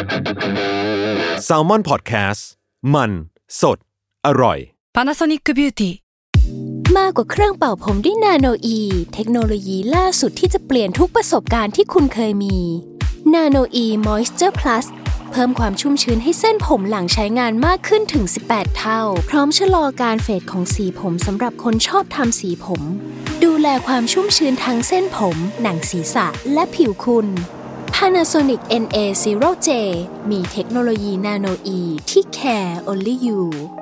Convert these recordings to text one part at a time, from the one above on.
Salmon Podcast มันสดอร่อย Panasonic Beauty มากกว่าเครื่องเป่าผมด้วยนาโนอีเทคโนโลยีล่าสุดที่จะเปลี่ยนทุกประสบการณ์ที่คุณเคยมีนาโนอีมอยส์เจอร์พลัสเพิ่มความชุ่มชื้นให้เส้นผมหลังใช้งานมากขึ้นถึง18เท่าพร้อมชะลอการเฟดของสีผมสำหรับคนชอบทำสีผมดูแลความชุ่มชื้นทั้งเส้นผมหนังศีรษะและผิวคุณ Panasonic NA0J มีเทคโนโลยีนาโนอีที่ care only you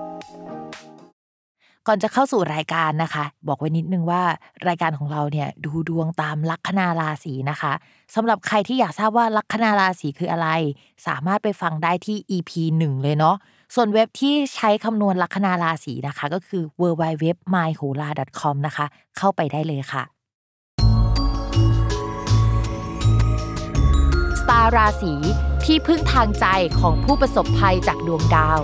ก่อนจะเข้าสู่รายการนะคะบอกไว้นิดนึงว่ารายการของเราเนี่ยดูดวงตามลัคนาราศีนะคะสำหรับใครที่อยากทราบว่าลัคนาราศีคืออะไรสามารถไปฟังได้ที่ EP 1เลยเนาะส่วนเว็บที่ใช้คำนวณลัคนาราศีนะคะก็คือ www.myhola.com นะคะเข้าไปได้เลยค่ะสตาร์ราศีที่พึ่งทางใจของผู้ประสบภัยจากดวงดาว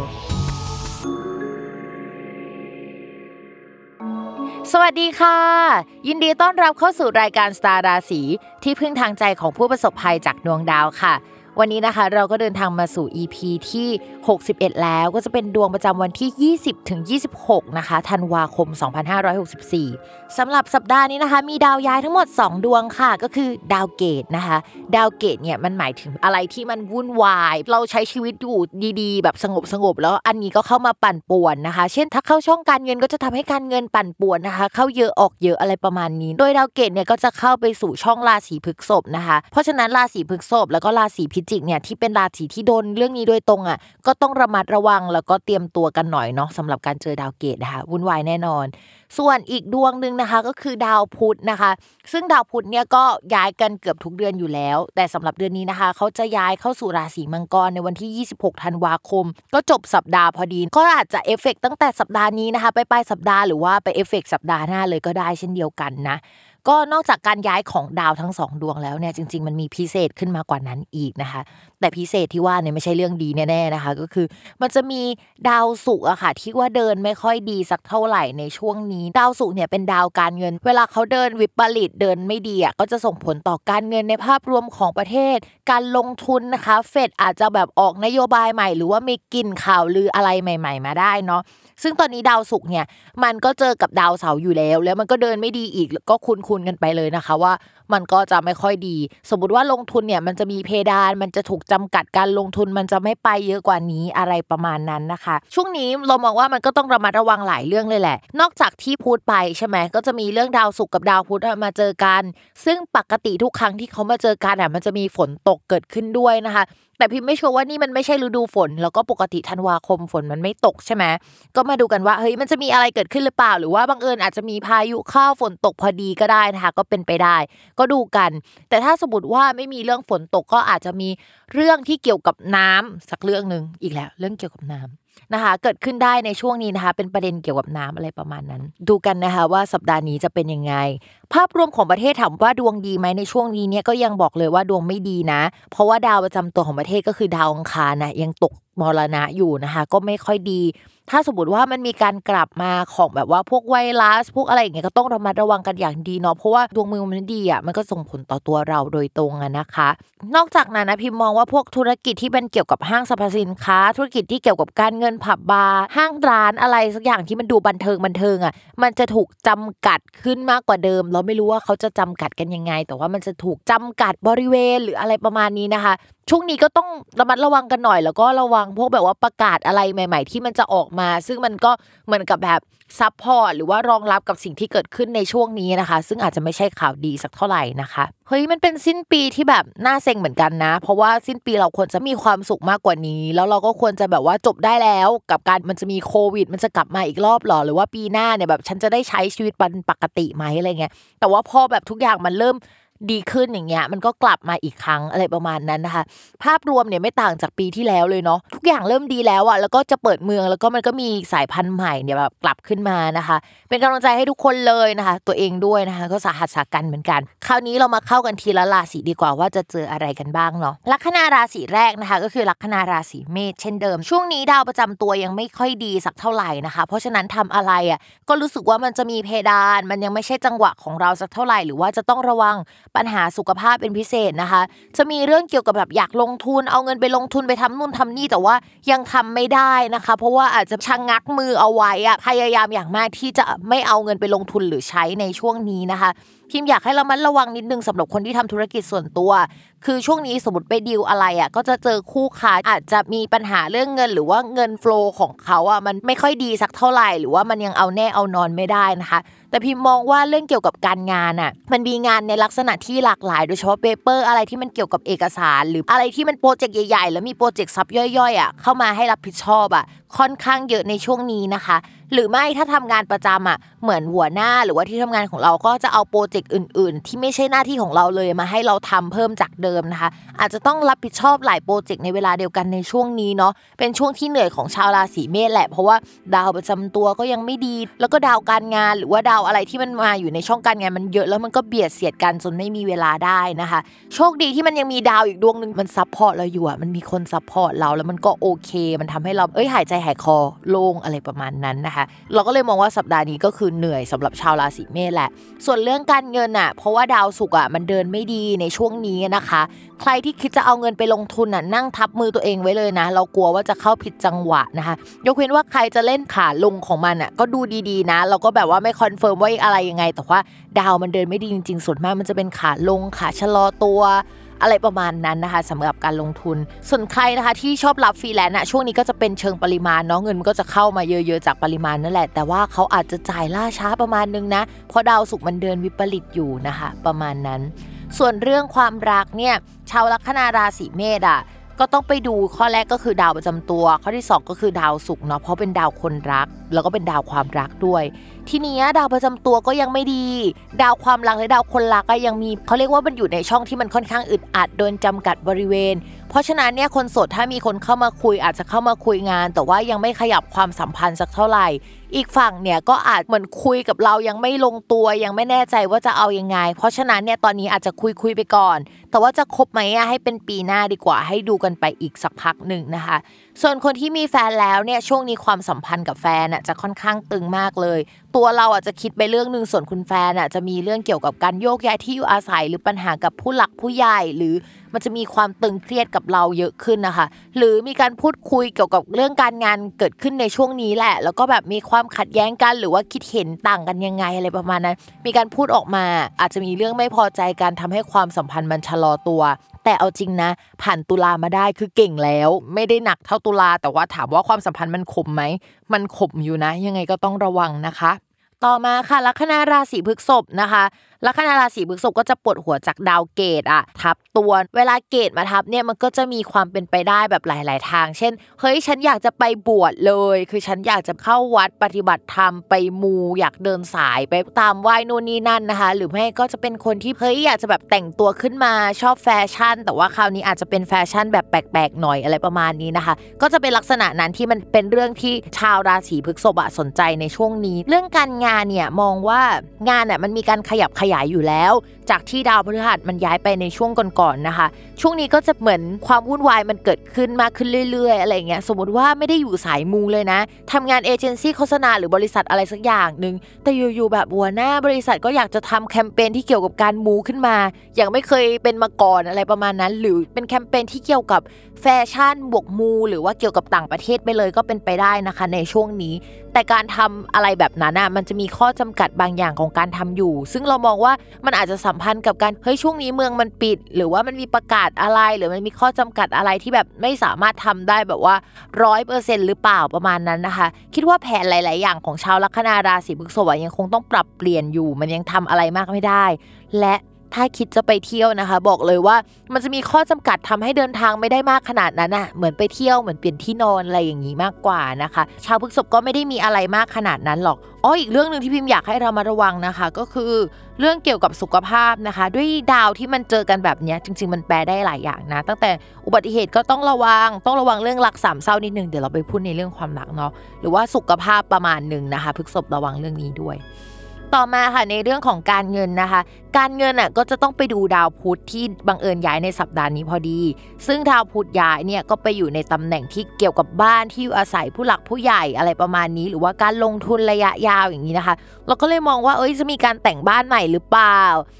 สวัสดีค่ะยินดีต้อนรับเข้าสู่รายการสตาร์ราศีที่พึ่งทางใจของผู้ประสบภัยจากดวงดาวค่ะวันนี้นะคะเราก็เดินทางมาสู่ EP ที่61แล้วก็จะเป็นดวงประจำวันที่20ถึง26นะคะธันวาคม2564สำหรับสัปดาห์นี้นะคะมีดาวย้ายทั้งหมด2ดวงค่ะก็คือดาวเกตนะคะดาวเกตเนี่ยมันหมายถึงอะไรที่มันวุ่นวายเราใช้ชีวิตอยู่ดีๆแบบสงบแล้วอันนี้ก็เข้ามาปั่นป่วนนะคะเช่นถ้าเข้าช่องการเงินก็จะทำให้การเงินปั่นป่วนนะคะเข้าเยอะออกเยอะอะไรประมาณนี้โดยดาวเกตเนี่ยก็จะเข้าไปสู่ช่องราศีพฤษภนะคะเพราะฉะนั้นราศีพฤษภแล้วก็ราศีพิจิกเนี่ยที่เป็นราศีที่โดนเรื่องนี้โดยตรงอ่ะก็ต้องระมัดระวังแล้วก็เตรียมตัวกันหน่อยเนาะสำหรับการเจอดาวเกตนะคะวุ่นวายแน่นอนส่วนอีกดวงนึงนะคะก็คือดาวพุธนะคะซึ่งดาวพุธเนี่ยก็ย้ายกันเกือบทุกเดือนอยู่แล้วแต่สำหรับเดือนนี้นะคะเขาจะย้ายเข้าสู่ราศีมังกรในวันที่26ธันวาคมก็จบสัปดาห์พอดีก็อาจจะเอฟเฟคตั้งแต่สัปดาห์นี้นะคะไปปลายสัปดาห์หรือว่าไปเอฟเฟคสัปดาห์หน้าเลยก็ได้เช่นเดียวกันนะก็นอกจากการย้ายของดาวทั้ง2ดวงแล้วเนี่ยจริงๆมันมีพิเศษขึ้นมากว่านั้นอีกนะคะแต่พิเศษที่ว่าเนี่ยไม่ใช่เรื่องดีแน่ๆนะคะก็คือมันจะมีดาวศุกร์อะค่ะที่ว่าเดินไม่ค่อยดีสักเท่าไหร่ในช่วงนี้ดาวศุกร์เนี่ยเป็นดาวการเงินเวลาเขาเดินวิปริตเดินไม่ดีอะก็จะส่งผลต่อการเงินในภาพรวมของประเทศการลงทุนนะคะเฟดอาจจะแบบออกนโยบายใหม่หรือว่ามีกลิ่นข่าวลืออะไรใหม่ๆมาได้เนาะซึ่งตอนนี้ดาวศุกร์เนี่ยมันก็เจอกับดาวเสาร์อยู่แล้วมันก็เดินไม่ดีอีกก็คุ้นๆกันไปเลยนะคะว่ามันก็จะไม่ค่อยดีสมมุติว่าลงทุนเนี่ยมันจะมีเพดานมันจะถูกจำกัดการลงทุนมันจะไม่ไปเยอะกว่านี้อะไรประมาณนั้นนะคะช่วงนี้เรามองว่ามันก็ต้องระมัดระวังหลายเรื่องเลยแหละนอกจากที่พูดไปใช่ไหมก็จะมีเรื่องดาวศุกร์กับดาวพุธมาเจอกันซึ่งปกติทุกครั้งที่เขามาเจอกันมันจะมีฝนตกเกิดขึ้นด้วยนะคะแต่พิมไม่ชัวร์ว่านี่มันไม่ใช่ฤดูฝนแล้วก็ปกติธันวาคมฝนมันไม่ตกใช่ไหมก็มาดูกันว่าเฮ้ยมันจะมีอะไรเกิดขึ้นหรือเปล่าหรือว่าบังเอิญอาจจะมีพายุเข้าฝนตกพอดีก็ได้นะคะก็เป็นไปได้ก็ดูกันแต่ถ้าสมมติว่าไม่มีเรื่องฝนตกก็อาจจะมีเรื่องที่เกี่ยวกับน้ำสักเรื่องนึงอีกแล้วเรื่องเกี่ยวกับน้ำนะคะเกิดขึ้นได้ในช่วงนี้นะคะเป็นประเด็นเกี่ยวกับน้ำอะไรประมาณนั้นดูกันนะคะว่าสัปดาห์นี้จะเป็นยังไงภาพรวมของประเทศถามว่าดวงดีไหมในช่วงนี้เนี่ยก็ยังบอกเลยว่าดวงไม่ดีนะเพราะว่าดาวประจำตัวของประเทศก็คือดาวอังคารนะยังตกมรณะอยู่นะคะก็ไม่ค่อยดีถ้าสมมติว่ามันมีการกลับมาของแบบว่าพวกไวรัสพวกอะไรอย่างเงี้ยก็ต้องระมัดระวังกันอย่างดีเนาะเพราะว่าดวงเมืองมันดีมันก็ส่งผลต่อตัวเราโดยตรงนะคะนอกจากนั้นนะพิมมองว่าพวกธุรกิจที่เป็นเกี่ยวกับห้างสรรพสินค้าธุรกิจที่เกี่ยวกับการเงินผับบาร์ห้างร้านอะไรสักอย่างที่มันดูบันเทิงมันจะถูกจำกัดขึ้นมากกว่าเดิมเราไม่รู้ว่าเขาจะจำกัดกันยังไงแต่ว่ามันจะถูกจำกัดบริเวณหรืออะไรประมาณนี้นะคะช่วงนี้ก็ต้องระมัดระวังกันหน่อยแล้วก็ระวังพวกแบบว่าประกาศอะไรใหม่ๆที่มันจะออกมาซึ่งมันก็เหมือนกับแบบซัพพอร์ตหรือว่ารองรับกับสิ่งที่เกิดขึ้นในช่วงนี้นะคะซึ่งอาจจะไม่ใช่ข่าวดีสักเท่าไหร่นะคะเฮ้ยมันเป็นสิ้นปีที่แบบน่าเซ็งเหมือนกันนะเพราะว่าสิ้นปีเราควรจะมีความสุขมากกว่านี้แล้วเราก็ควรจะแบบว่าจบได้แล้วกับการมันจะมีโควิดมันจะกลับมาอีกรอบหรอหรือว่าปีหน้าเนี่ยแบบฉันจะได้ใช้ชีวิตเป็นปกติไหมอะไรเงี้ยแต่ว่าพอแบบทุกอย่างมันเริ่มดีขึ้นอย่างเงี้ยมันก็กลับมาอีกครั้งอะไรประมาณนั้นนะคะภาพรวมเนี่ยไม่ต่างจากปีที่แล้วเลยเนาะทุกอย่างเริ่มดีแล้วแล้วก็จะเปิดเมืองแล้วก็มันก็มีสายพันธุ์ใหม่เนี่ยแบบกลับขึ้นมานะคะเป็นกำลังใจให้ทุกคนเลยนะคะตัวเองด้วยนะคะก็สาหัสสากันเหมือนกันคราวนี้เรามาเข้ากันทีละราศีดีกว่าว่าจะเจออะไรกันบ้างเนาะลัคนาราศีแรกนะคะก็คือลัคนาราศีเมษเช่นเดิมช่วงนี้ดาวประจำตัวยังไม่ค่อยดีสักเท่าไหร่นะคะเพราะฉะนั้นทำอะไรก็รู้สึกว่ามันจะมีเพดานมันยังไม่ใช่จังหวะของเราสักเท่าไหร่หรือว่าจะต้องระวังปัญหาสุขภาพเป็นพิเศษนะคะจะมีเรื่องเกี่ยวกับแบบอยากลงทุนเอาเงินไปลงทุนไปทำนู่นทำนี่แต่ว่ายังทำไม่ได้นะคะเพราะว่าอาจจะชะงักมือเอาไว้พยายามอย่างมากที่จะไม่เอาเงินไปลงทุนหรือใช้ในช่วงนี้นะคะพิมอยากให้ระมัดระวังนิดนึงสำหรับคนที่ทำธุรกิจส่วนตัวคือช่วงนี้สมมติไปดีลอะไรก็จะเจอคู่ค้าอาจจะมีปัญหาเรื่องเงินหรือว่าเงินโฟลว์ของเขามันไม่ค่อยดีสักเท่าไหร่หรือว่ามันยังเอาแน่เอานอนไม่ได้นะคะแต่พิมมองว่าเรื่องเกี่ยวกับการงานมันมีงานในลักษณะที่หลากหลายโดยเฉพาะเปเปอร์อะไรที่มันเกี่ยวกับเอกสารหรืออะไรที่มันโปรเจกต์ใหญ่ๆแล้วมีโปรเจกต์ซับย่อยๆเข้ามาให้รับผิดชอบค่อนข้างเยอะในช่วงนี้นะคะหรือไม่ถ้าทำงานประจำเหมือนหัวหน้าหรือว่าที่ทำงานของเราก็จะเอาโปรเจกต์อื่นๆที่ไม่ใช่หน้าที่ของเราเลยมาให้เราทำเพิ่มจากเดิมนะคะอาจจะต้องรับผิดชอบหลายโปรเจกต์ในเวลาเดียวกันในช่วงนี้เนาะเป็นช่วงที่เหนื่อยของชาวราศีเมษแหละเพราะว่าดาวประจำตัวก็ยังไม่ดีแล้วก็ดาวการงานหรือว่าดาวอะไรที่มันมาอยู่ในช่องการงานมันเยอะแล้วมันก็เบียดเสียดกันจนไม่มีเวลาได้นะคะโชคดีที่มันยังมีดาวอีกดวงนึงมันซัพพอร์ตเราอยู่มันมีคนซัพพอร์ตเราแล้วมันก็โอเคมันทำให้เราหายใจหายคอโล่งอะไรประมาณนั้นนะคะเราก็เลยมองว่าสัปดาห์นี้ก็คือเหนื่อยสำหรับชาวราศีเมษแหละส่วนเรื่องการเงินเพราะว่าดาวศุกร์มันเดินไม่ดีในช่วงนี้นะคะใครที่คิดจะเอาเงินไปลงทุนนั่งทับมือตัวเองไว้เลยนะเรากลัวว่าจะเข้าผิดจังหวะนะคะยกเว้นว่าใครจะเล่นขาลงของมันก็ดูดีๆนะเราก็แบบว่าไม่คอนเฟิร์มว่าอะไรยังไงแต่ว่าดาวมันเดินไม่ดีจริงๆส่วนมากมันจะเป็นขาลงขาชะลอตัวอะไรประมาณนั้นนะคะสำหรับการลงทุนส่วนใครนะคะที่ชอบรับฟรีแลนซ์ช่วงนี้ก็จะเป็นเชิงปริมาณเนาะเงินมันก็จะเข้ามาเยอะๆจากปริมาณนั่นแหละแต่ว่าเขาอาจจะจ่ายล่าช้าประมาณนึงนะเพราะดาวศุกร์มันเดินวิปริตอยู่นะคะประมาณนั้นส่วนเรื่องความรักเนี่ยชาวลัคนาราศีเมษก็ต้องไปดูข้อแรกก็คือดาวประจำตัวข้อที่2ก็คือดาวศุกร์เนาะเพราะเป็นดาวคนรักแล้วก็เป็นดาวความรักด้วยทีนี้ดาวประจำตัวก็ยังไม่ดีดาวความรักและดาวคนรักก็ยังมีเขาเรียกว่ามันอยู่ในช่องที่มันค่อนข้างอึดอัดโดนจำกัดบริเวณเพราะฉะนั้นเนี่ยคนโสดถ้ามีคนเข้ามาคุยอาจจะเข้ามาคุยงานแต่ว่ายังไม่ขยับความสัมพันธ์สักเท่าไหร่อีกฝั่งเนี่ยก็อาจเหมือนคุยกับเรายังไม่ลงตัวยังไม่แน่ใจว่าจะเอายังไงเพราะฉะนั้นเนี่ยตอนนี้อาจจะคุยไปก่อนแต่ว่าจะคบไหมให้เป็นปีหน้าดีกว่าให้ดูกันไปอีกสักพักหนึ่งนะคะส่วนคนที่มีแฟนแล้วเนี่ยช่วงนี้ความสัมพันธ์กับแฟนจะค่อนข้างตึงมากเลยตัวเราอาจจะคิดไปเรื่องนึงส่วนคุณแฟนจะมีเรื่องเกี่ยวกับการโยกย้ายที่อยู่อาศัยหรือปัญหากับผู้หลักผู้ใหญ่หรือมันจะมีความตึงเครียดกับเราเยอะขึ้นนะคะหรือมีการพูดคุยเกี่ยวกับเรื่องการงานเกิดขึ้นในช่วงนี้แหละแล้วก็แบบมีความขัดแย้งกันหรือว่าคิดเห็นต่างกันยังไงอะไรประมาณนั้นมีการพูดออกมาอาจจะมีเรื่องไม่พอใจกันทำให้ความสัมพันธ์มันชะลอตัวแต่เอาจริงนะผ่านตุลามาได้คือเก่งแล้วไม่ได้หนักเท่าตุลาแต่ว่าถามว่าความสัมพันธ์มันขมไหมมันขมอยู่นะยังไงก็ต้องระวังนะคะต่อมาค่ะลัคนาราศีพฤษภนะคะลัคนาราศีพฤษภก็จะปวดหัวจากดาวเกตทับตัวเวลาเกตมาทับเนี่ยมันก็จะมีความเป็นไปได้แบบหลายๆทางเช่นเฮ้ยฉันอยากจะไปบวชเลยคือฉันอยากจะเข้าวัดปฏิบัติธรรมไปมูอยากเดินสายไปตามไหว้นู่นนี่นั่นนะคะหรือไม่ก็จะเป็นคนที่เฮ้ยอยากจะแบบแต่งตัวขึ้นมาชอบแฟชั่นแต่ว่าคราวนี้อาจจะเป็นแฟชั่นแบบแปลกๆหน่อยอะไรประมาณนี้นะคะก็จะเป็นลักษณะนั้นที่มันเป็นเรื่องที่ชาวราศีพฤษภสนใจในช่วงนี้เรื่องการงานเนี่ยมองว่างานมันมีการขยับขยายอยู่แล้วจากที่ดาวพฤหัสมันย้ายไปในช่วงก่อนๆนะคะช่วงนี้ก็จะเหมือนความวุ่นวายมันเกิดขึ้นมากขึ้นเรื่อยๆอะไรเงี้ยสมมติว่าไม่ได้อยู่สายมูเลยนะทำงานเอเจนซี่โฆษณาหรือบริษัทอะไรสักอย่างนึงแต่อยู่ๆแบบหัวหน้าบริษัทก็อยากจะทำแคมเปญที่เกี่ยวกับการมูขึ้นมาอย่างไม่เคยเป็นมาก่อนอะไรประมาณนั้นหรือเป็นแคมเปญที่เกี่ยวกับแฟชั่นบวกมูหรือว่าเกี่ยวกับต่างประเทศไปเลยก็เป็นไปได้นะคะในช่วงนี้แต่การทำอะไรแบบนั้นมันจะมีข้อจำกัดบางอย่างของการทำอยู่ซึ่งเรามองว่ามันอาจจะสัมพันธ์กับการเฮ้ยช่วงนี้เมืองมันปิดหรือว่ามันมีประกาศอะไรหรือมันมีข้อจำกัดอะไรที่แบบไม่สามารถทำได้แบบว่า 100% หรือเปล่าประมาณนั้นนะคะคิดว่าแผนหลายๆอย่างของชาวลัคนาราศีพฤษภยังคงต้องปรับเปลี่ยนอยู่มันยังทำอะไรมากไม่ได้และถ้าคิดจะไปเที่ยวนะคะบอกเลยว่ามันจะมีข้อจำกัดทำให้เดินทางไม่ได้มากขนาดนั้นเหมือนไปเที่ยวเหมือนเปลี่ยนที่นอนอะไรอย่างนี้มากกว่านะคะชาวพฤษภก็ไม่ได้มีอะไรมากขนาดนั้นหรอกอีกเรื่องนึงที่พิมอยากให้เรามาระวังนะคะก็คือเรื่องเกี่ยวกับสุขภาพนะคะด้วยดาวที่มันเจอกันแบบนี้จริงๆมันแปลได้หลายอย่างนะตั้งแต่อุบัติเหตุก็ต้องระวังเรื่องรักสามเศร้านิดนึงเดี๋ยวเราไปพูดในเรื่องความรักเนาะหรือว่าสุขภาพประมาณนึงนะคะพฤษภระวังเรื่องนี้ด้วยต่อมาค่ะในเรื่องของการเงินนะคะการเงินก็จะต้องไปดูดาวพุธที่บังเอิญย้ายในสัปดาห์นี้พอดีซึ่งดาวพุธย้ายเนี่ยก็ไปอยู่ในตำแหน่งที่เกี่ยวกับบ้านที่อยู่อาศัยผู้หลักผู้ใหญ่อะไรประมาณนี้หรือว่าการลงทุนระยะยาวอย่างนี้นะคะเราก็เลยมองว่าจะมีการแต่งบ้านใหม่หรือเปล่า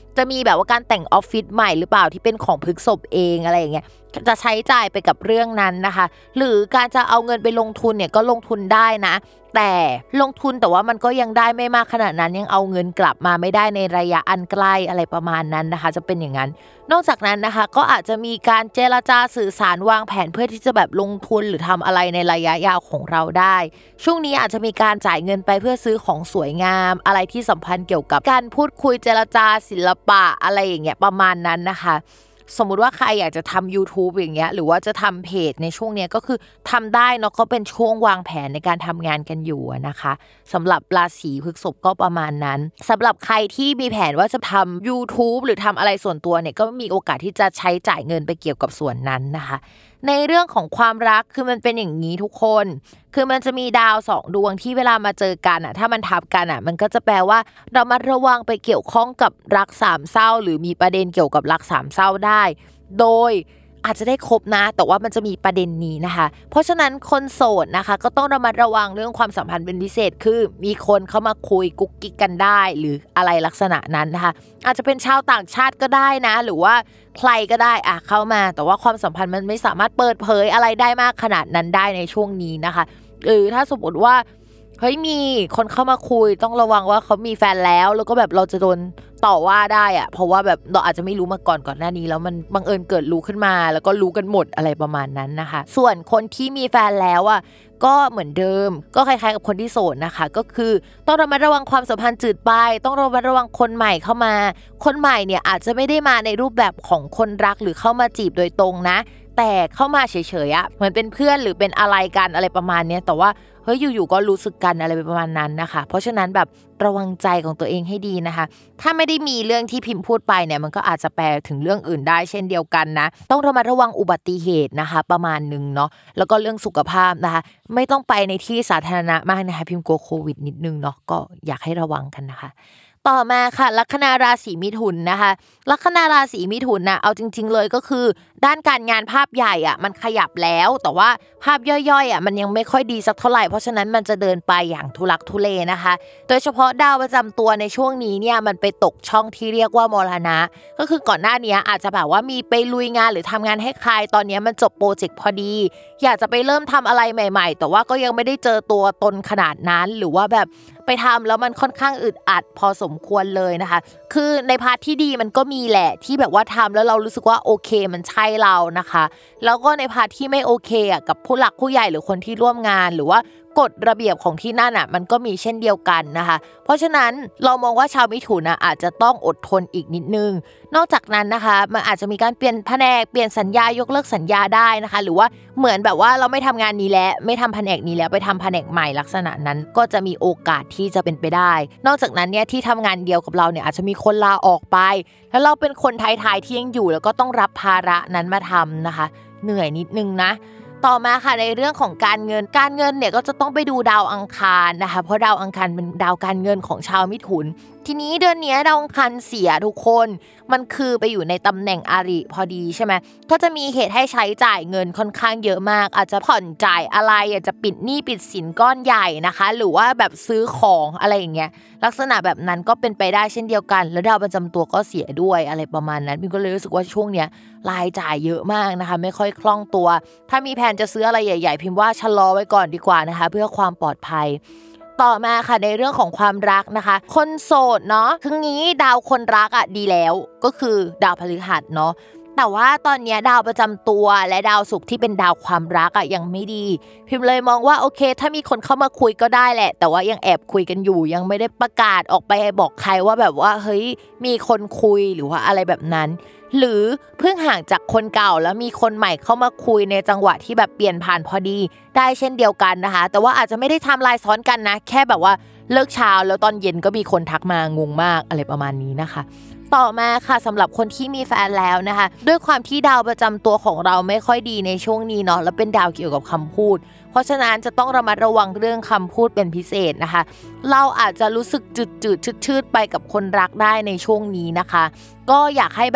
จะมีแบบว่าการแต่งออฟฟิศใหม่หรือเปล่าที่เป็นของพฤกษบเองอะไรอย่างเงี้ยจะใช้จ่ายไปกับเรื่องนั้นนะคะหรือการจะเอาเงินไปลงทุนเนี่ยก็ลงทุนได้นะแต่ลงทุนแต่ว่ามันก็ยังได้ไม่มากขนาดนั้นยังเอาเงินกลับมาไม่ได้ในระยะอันใกล้อะไรประมาณนั้นนะคะจะเป็นอย่างนั้นนอกจากนั้นนะคะก็อาจจะมีการเจรจาสื่อสารวางแผนเพื่อที่จะแบบลงทุนหรือทำอะไรในระยะยาวของเราได้ช่วงนี้อาจจะมีการจ่ายเงินไปเพื่อซื้อของสวยงามอะไรที่สัมพันธ์เกี่ยวกับการพูดคุยเจรจาศิลปะอะไรอย่างเงี้ยประมาณนั้นนะคะสมมุติว่าใครอยากจะทำ YouTube อย่างเงี้ยหรือว่าจะทำเพจในช่วงเนี้ยก็คือทำได้เนาะก็เป็นช่วงวางแผนในการทำงานกันอยู่นะคะสำหรับราศีพฤษภก็ประมาณนั้นสำหรับใครที่มีแผนว่าจะทำ YouTube หรือทำอะไรส่วนตัวเนี่ยก็มีโอกาสที่จะใช้จ่ายเงินไปเกี่ยวกับส่วนนั้นนะคะในเรื่องของความรักคือมันเป็นอย่างนี้ทุกคนคือมันจะมีดาว2ดวงที่เวลามาเจอกันอ่ะถ้ามันทับกันอ่ะมันก็จะแปลว่าเรามาระวังไปเกี่ยวข้องกับรักสามเศร้าหรือมีประเด็นเกี่ยวกับรักสามเศร้าได้โดยอาจจะได้คบนะแต่ว่ามันจะมีประเด็นนี้นะคะเพราะฉะนั้นคนโสดนะคะก็ต้องระมัดระวังเรื่องความสัมพันธ์เป็นพิเศษคือมีคนเข้ามาคุยกุ๊กกิ๊กกันได้หรืออะไรลักษณะนั้นนะคะอาจจะเป็นชาวต่างชาติก็ได้นะหรือว่าใครก็ได้เข้ามาแต่ว่าความสัมพันธ์มันไม่สามารถเปิดเผยอะไรได้มากขนาดนั้นได้ในช่วงนี้นะคะถ้าสมมติว่าเฮ้ยมีคนเข้ามาคุยต้องระวังว่าเขามีแฟนแล้วก็แบบเราจะโดนต่อว่าได้เพราะว่าแบบเราอาจจะไม่รู้มาก่อนหน้านี้แล้วมันบังเอิญเกิดรู้ขึ้นมาแล้วก็รู้กันหมดอะไรประมาณนั้นนะคะส่วนคนที่มีแฟนแล้วก็เหมือนเดิมก็คล้ายๆกับคนที่โสดนะคะก็คือต้องระมัดระวังความสัมพันธ์จืดไปต้องระมัดระวังคนใหม่เข้ามาคนใหม่เนี่ยอาจจะไม่ได้มาในรูปแบบของคนรักหรือเข้ามาจีบโดยตรงนะแต่เข้ามาเฉยๆเหมือนเป็นเพื่อนหรือเป็นอะไรกันอะไรประมาณนี้แต่ว่าเฮ้ยอยู่ๆก็รู้สึกกันอะไรประมาณนั้นนะคะเพราะฉะนั้นแบบระวังใจของตัวเองให้ดีนะคะถ้าไม่ได้มีเรื่องที่พิมพ์พูดไปเนี่ยมันก็อาจจะแปลถึงเรื่องอื่นได้เช่นเดียวกันนะต้องระมัดระวังอุบัติเหตุนะคะประมาณนึงเนาะแล้วก็เรื่องสุขภาพนะคะไม่ต้องไปในที่สาธารณะมากนะคะพิมพ์กลัวโควิดนิดนึงเนาะก็อยากให้ระวังกันนะคะต่อมาค่ะลัคนาราศีมิถุนนะคะลัคนาราศีมิถุนเอาจริงๆเลยก็คือด้านการงานภาพใหญ่มันขยับแล้วแต่ว่าภาพย่อยๆมันยังไม่ค่อยดีสักเท่าไหร่เพราะฉะนั้นมันจะเดินไปอย่างทุลักทุเลนะคะโดยเฉพาะดาวประจำตัวในช่วงนี้เนี่ยมันไปตกช่องที่เรียกว่ามรณะก็คือก่อนหน้านี้อาจจะแบบว่ามีไปลุยงานหรือทำงานให้ใครตอนนี้มันจบโปรเจกต์พอดีอยากจะไปเริ่มทำอะไรใหม่ๆแต่ว่าก็ยังไม่ได้เจอตัวตนขนาดนั้นหรือว่าแบบไปทำแล้วมันค่อนข้างอึดอัดพอสมควรเลยนะคะคือในพาร์ทที่ดีมันก็มีแหละที่แบบว่าทำแล้วเรารู้สึกว่าโอเคมันใช่เรานะคะแล้วก็ในพาร์ทที่ไม่โอเคกับผู้หลักผู้ใหญ่หรือคนที่ร่วมงานหรือว่ากฎระเบียบของที่นั่นมันก็มีเช่นเดียวกันนะคะเพราะฉะนั้นเรามองว่าชาวมิถุนอาจจะต้องอดทนอีกนิดนึงนอกจากนั้นนะคะมันอาจจะมีการเปลี่ยนแผนกเปลี่ยนสัญญายกเลิกสัญญาได้นะคะหรือว่าเหมือนแบบว่าเราไม่ทำงานนี้แล้วไม่ทำแผนกนี้แล้วไปทำแผนกใหม่ลักษณะนั้นก็จะมีโอกาสที่จะเป็นไปได้นอกจากนั้นเนี่ยที่ทำงานเดียวกับเราเนี่ยอาจจะมีคนลาออกไปแล้วเราเป็นคนท้ายๆที่ยังอยู่แล้วก็ต้องรับภาระนั้นมาทำนะคะเหนื่อยนิดนึงนะต่อมาค่ะในเรื่องของการเงินเนี่ยก็จะต้องไปดูดาวอังคารนะคะเพราะดาวอังคารเป็นดาวการเงินของชาวมิถุนทีนี้เดือนนี้ดาวอังคารเสียทุกคนมันคือไปอยู่ในตำแหน่งอาริพอดีใช่ไหมก็จะมีเหตุให้ใช้จ่ายเงินค่อนข้างเยอะมากอาจจะผ่อนจ่ายอะไรอยากจะปิดหนี้ปิดสินก้อนใหญ่นะคะหรือว่าแบบซื้อของอะไรอย่างเงี้ยลักษณะแบบนั้นก็เป็นไปได้เช่นเดียวกันแล้วดาวประจำตัวก็เสียด้วยอะไรประมาณนั้นพิมก็เลยรู้สึกว่าช่วงเนี้ยรายจ่ายเยอะมากนะคะไม่ค่อยคล่องตัวถ้ามีแผนจะซื้ออะไรใหญ่ๆพิมว่าชะลอไว้ก่อนดีกว่านะคะเพื่อความปลอดภัยต่อมาค่ะในเรื่องของความรักนะคะคนโสดเนาะคืองี้ดาวคนรักดีแล้วก็คือดาวพฤหัสเนาะแต่ว่าตอนนี้ดาวประจำตัวและดาวศุกร์ที่เป็นดาวความรักยังไม่ดีพิมเลยมองว่าโอเคถ้ามีคนเข้ามาคุยก็ได้แหละแต่ว่ายังแอบคุยกันอยู่ยังไม่ได้ประกาศออกไปบอกใครว่าแบบว่าเฮ้ยมีคนคุยหรือว่าอะไรแบบนั้นหรือเพิ่งห่างจากคนเก่าแล้วมีคนใหม่เข้ามาคุยในจังหวะที่แบบเปลี่ยนผ่านพอดีได้เช่นเดียวกันนะคะแต่ว่าอาจจะไม่ได้ไทม์ไลน์ซ้อนกันนะแค่แบบว่าเลิกเช้าแล้วตอนเย็นก็มีคนทักมางงมากอะไรประมาณนี้นะคะต่อมาค่ะสำหรับคนที่มีแฟนแล้วนะคะด้วยความที่ดาวประจำตัวของเราไม่ค่อยดีในช่วงนี้เนาะแล้วเป็นดาวเกี่ยวกับคำพูดเพราะฉะนั้นจะต้องระมัดระวังเรื่องคำพูดเป็นพิเศษนะคะเราอาจจะรู้สึกจืดๆชืดๆไปกับคนรักได้ในช่วงนี้นะคะก็อยากให้แบบ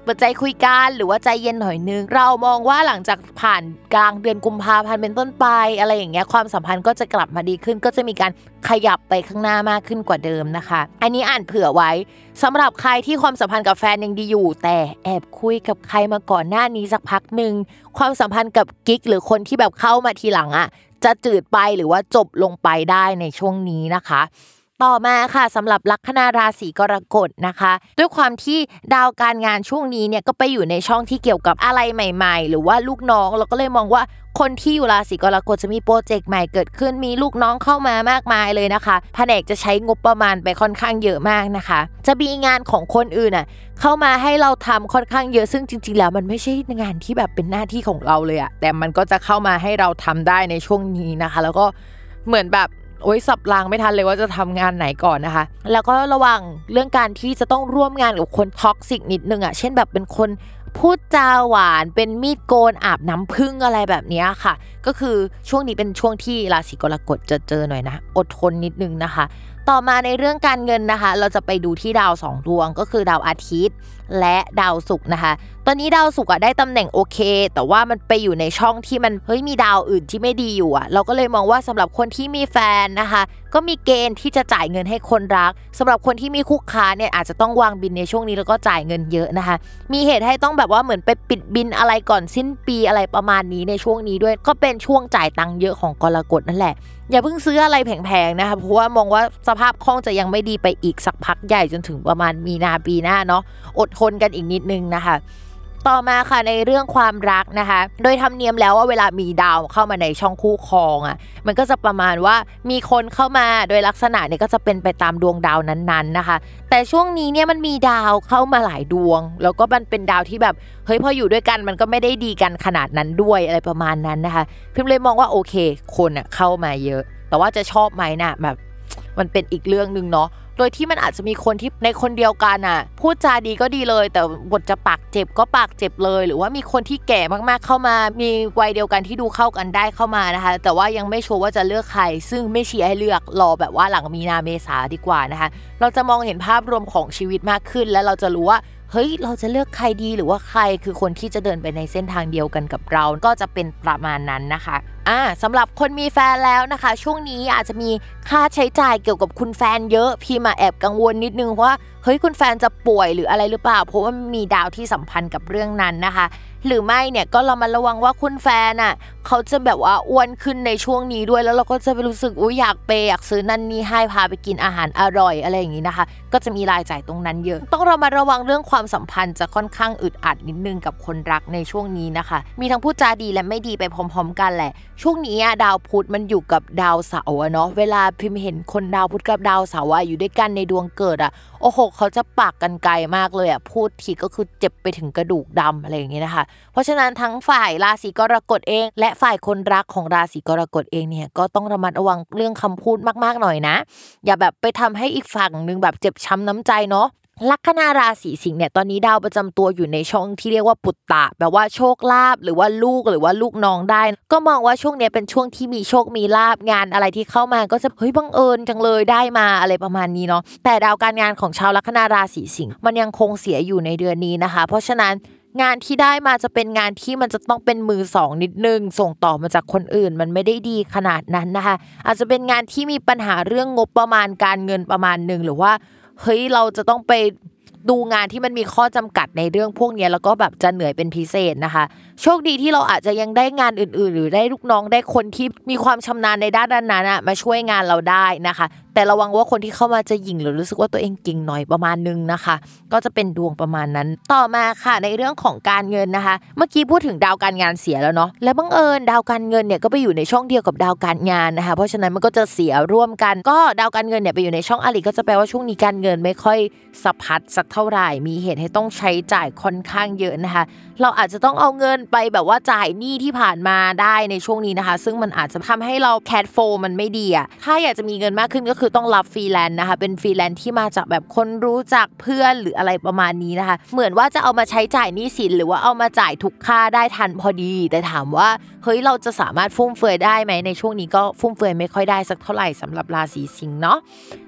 ปิดใจคุยกันหรือว่าใจเย็นหน่อยนึงเรามองว่าหลังจากผ่านกลางเดือนกุมภาพันธ์เป็นต้นไปอะไรอย่างเงี้ยความสัมพันธ์ก็จะกลับมาดีขึ้นก็จะมีการขยับไปข้างหน้ามากขึ้นกว่าเดิมนะคะอันนี้อ่านเผื่อไว้สำหรับใครที่ความสัมพันธ์กับแฟนยังดีอยู่แต่แอบคุยกับใครมาก่อนหน้านี้สักพักนึงความสัมพันธ์กับกิ๊กหรือคนที่แบบเข้ามาทีหลังจะจืดไปหรือว่าจบลงไปได้ในช่วงนี้นะคะต่อมาค่ะสำหรับลัคนาราศีกรกฎนะคะด้วยความที่ดาวการงานช่วงนี้เนี่ยก็ไปอยู่ในช่องที่เกี่ยวกับอะไรใหม่ๆหรือว่าลูกน้องเราก็เลยมองว่าคนที่อยู่ราศีกรกฎจะมีโปรเจกต์ใหม่เกิดขึ้นมีลูกน้องเข้ามามากมายเลยนะคะแผนกจะใช้งบประมาณไปค่อนข้างเยอะมากนะคะจะมีงานของคนอื่นเข้ามาให้เราทำค่อนข้างเยอะซึ่งจริงๆแล้วมันไม่ใช่งานที่แบบเป็นหน้าที่ของเราเลยแต่มันก็จะเข้ามาให้เราทำได้ในช่วงนี้นะคะแล้วก็เหมือนแบบสับรางไม่ทันเลยว่าจะทำงานไหนก่อนนะคะแล้วก็ระวังเรื่องการที่จะต้องร่วมงานกับคนท็อกซิกนิดนึงเช่นแบบเป็นคนพูดจาหวานเป็นมีดโกนอาบน้ำผึ้งอะไรแบบนี้ค่ะก็คือช่วงนี้เป็นช่วงที่ราศีกรกฎจะเจอหน่อยนะอดทนนิดนึงนะคะต่อมาในเรื่องการเงินนะคะเราจะไปดูที่ดาว2ดวงก็คือดาวอาทิตย์และดาวศุกร์นะคะตอนนี้ดาวศุกร์ได้ตำแหน่งโอเคแต่ว่ามันไปอยู่ในช่องที่มันมีดาวอื่นที่ไม่ดีอยู่เราก็เลยมองว่าสำหรับคนที่มีแฟนนะคะก็มีเกณฑ์ที่จะจ่ายเงินให้คนรักสำหรับคนที่มีคู่ค้าเนี่ยอาจจะต้องวางบินในช่วงนี้แล้วก็จ่ายเงินเยอะนะคะมีเหตุให้ต้องแบบว่าเหมือนไปปิดบินอะไรก่อนสิ้นปีอะไรประมาณนี้ในช่วงนี้ด้วยก็เป็นช่วงจ่ายตังค์เยอะของกรกฎนั่นแหละอย่าเพิ่งซื้ออะไรแพงๆนะคะเพราะว่ามองว่าสภาพคล่องจะยังไม่ดีไปอีกสักพักใหญ่จนถึงประมาณมีนาปีหน้าเนาะอดทนกันอีกนิดนึงนะคะต่อมาค่ะในเรื่องความรักนะคะโดยธรรมเนียมแล้วว่าเวลามีดาวเข้ามาในช่องคู่ครองมันก็จะประมาณว่ามีคนเข้ามาโดยลักษณะเนี่ยก็จะเป็นไปตามดวงดาวนั้นๆนะคะแต่ช่วงนี้เนี่ยมันมีดาวเข้ามาหลายดวงแล้วก็มันเป็นดาวที่แบบพออยู่ด้วยกันมันก็ไม่ได้ดีกันขนาดนั้นด้วยอะไรประมาณนั้นนะคะพิมพ์เลยมองว่าโอเคคนเข้ามาเยอะแต่ว่าจะชอบไหมนะแบบมันเป็นอีกเรื่องนึงเนาะโดยที่มันอาจจะมีคนที่ในคนเดียวกันพูดจาดีก็ดีเลยแต่บทจะปากเจ็บก็ปากเจ็บเลยหรือว่ามีคนที่แก่มากๆเข้ามามีวัยเดียวกันที่ดูเข้ากันได้เข้ามานะคะแต่ว่ายังไม่ชัวร์ว่าจะเลือกใครซึ่งไม่เชียร์ให้เลือกรอแบบว่าหลังมีนาเมษาดีกว่านะคะเราจะมองเห็นภาพรวมของชีวิตมากขึ้นและเราจะรู้ว่าเราจะเลือกใครดีหรือว่าใครคือคนที่จะเดินไปในเส้นทางเดียวกันกับเราก็จะเป็นประมาณนั้นนะคะสำหรับคนมีแฟนแล้วนะคะช่วงนี้อาจจะมีค่าใช้จ่ายเกี่ยวกับคุณแฟนเยอะพี่มาแอบกังวลนิดนึงว่าคุณแฟนจะป่วยหรืออะไรหรือเปล่าเพราะว่ามีดาวที่สัมพันธ์กับเรื่องนั้นนะคะหรือไม่เนี่ยก็เรามาระวังว่าคุณแฟนเขาจะแบบว่าอ้วนขึ้นในช่วงนี้ด้วยแล้วเราก็จะไปรู้สึกอยากเปย์อยากซื้อนั่นนี่ให้พาไปกินอาหารอร่อยอะไรอย่างนี้นะคะก็จะมีรายจ่ายตรงนั้นเยอะต้องเรามาระวังเรื่องความสัมพันธ์จะค่อนข้างอึดอัดนิดนึงกับคนรักในช่วงนี้นะคะมีทั้งพูดจาดีและไม่ดีไปพร้อมๆกันแหละช่วงนี้ดาวพุธมันอยู่กับดาวเสาร์เนาะเวลาพิมพ์เห็นคนดาวพุธกับดาวเสาร์อยู่ด้วยกันในดวงเกิดโอ้โหเขาจะปากกันไกลมากเลยพูดทีก็คือเจ็บไปถึงกระดูกดำอะไรอย่างเงี้ยนะคะเพราะฉะนั้นทั้งฝ่ายราศีกรกฎเองและฝ่ายคนรักของราศีกรกฎเองเนี่ยก็ต้องระมัดระวังเรื่องคำพูดมากๆหน่อยนะอย่าแบบไปทำให้อีกฝั่งนึงแบบเจ็บช้ำน้ำใจเนาะลัคนาราศีสิงห์เนี่ยตอนนี้ดาวประจำตัวอยู่ในช่องที่เรียกว่าปุตตะแปลว่าโชคลาภหรือว่าลูกหรือว่าลูกน้องได้ก็มองว่าช่วงนี้เป็นช่วงที่มีโชคมีลาภงานอะไรที่เข้ามาก็จะบังเอิญจังเลยได้มาอะไรประมาณนี้เนาะแต่ดาวการงานของชาวลัคนาราศีสิงห์มันยังคงเสียอยู่ในเดือนนี้นะคะเพราะฉะนั้นงานที่ได้มาจะเป็นงานที่มันจะต้องเป็นมือสองนิดนึงส่งต่อมาจากคนอื่นมันไม่ได้ดีขนาดนั้นนะคะอาจจะเป็นงานที่มีปัญหาเรื่องงบประมาณการเงินประมาณนึงหรือว่าเราจะต้องไปดูงานที่มันมีข้อจำกัดในเรื่องพวกนี้แล้วก็แบบจะเหนื่อยเป็นพิเศษนะคะโชคดีที่เราอาจจะยังได้งานอื่นๆหรือได้ลูกน้องได้คนที่มีความชำนาญในด้านนั้นมาช่วยงานเราได้นะคะแต่ระวังว่าคนที่เข้ามาจะหยิ่งหรือรู้สึกว่าตัวเองเก่งหน่อยประมาณนึงนะคะก็จะเป็นดวงประมาณนั้นต่อมาค่ะในเรื่องของการเงินนะคะเมื่อกี้พูดถึงดาวการงานเสียแล้วเนาะและบังเอิญดาวการเงินเนี่ยก็ไปอยู่ในช่องเดียวกับดาวการงานนะคะเพราะฉะนั้นมันก็จะเสียร่วมกันก็ดาวการเงินเนี่ยไปอยู่ในช่องอริก็จะแปลว่าช่วงนี้การเงินไม่ค่อยสะพัดสักเท่าไหร่มีเหตุให้ต้องใช้จ่ายค่อนข้างเยอะนะคะเราอาจจะต้องเอาเงินไปแบบว่าจ่ายหนี้ที่ผ่านมาได้ในช่วงนี้นะคะซึ่งมันอาจจะทำให้เราแคชโฟลว์มันไม่ดีถ้าอยากจะมีเงินมากขึ้นก็คือต้องรับฟรีแลนซ์นะคะเป็นฟรีแลนซ์ที่มาจากแบบคนรู้จักเพื่อนหรืออะไรประมาณนี้นะคะเหมือนว่าจะเอามาใช้จ่ายหนี้สินหรือว่าเอามาจ่ายทุกค่าได้ทันพอดีแต่ถามว่าเราจะสามารถฟุ่มเฟือยได้ไหมในช่วงนี้ก็ฟุ่มเฟือยไม่ค่อยได้สักเท่าไหร่สำหรับราศีสิงห์เนาะ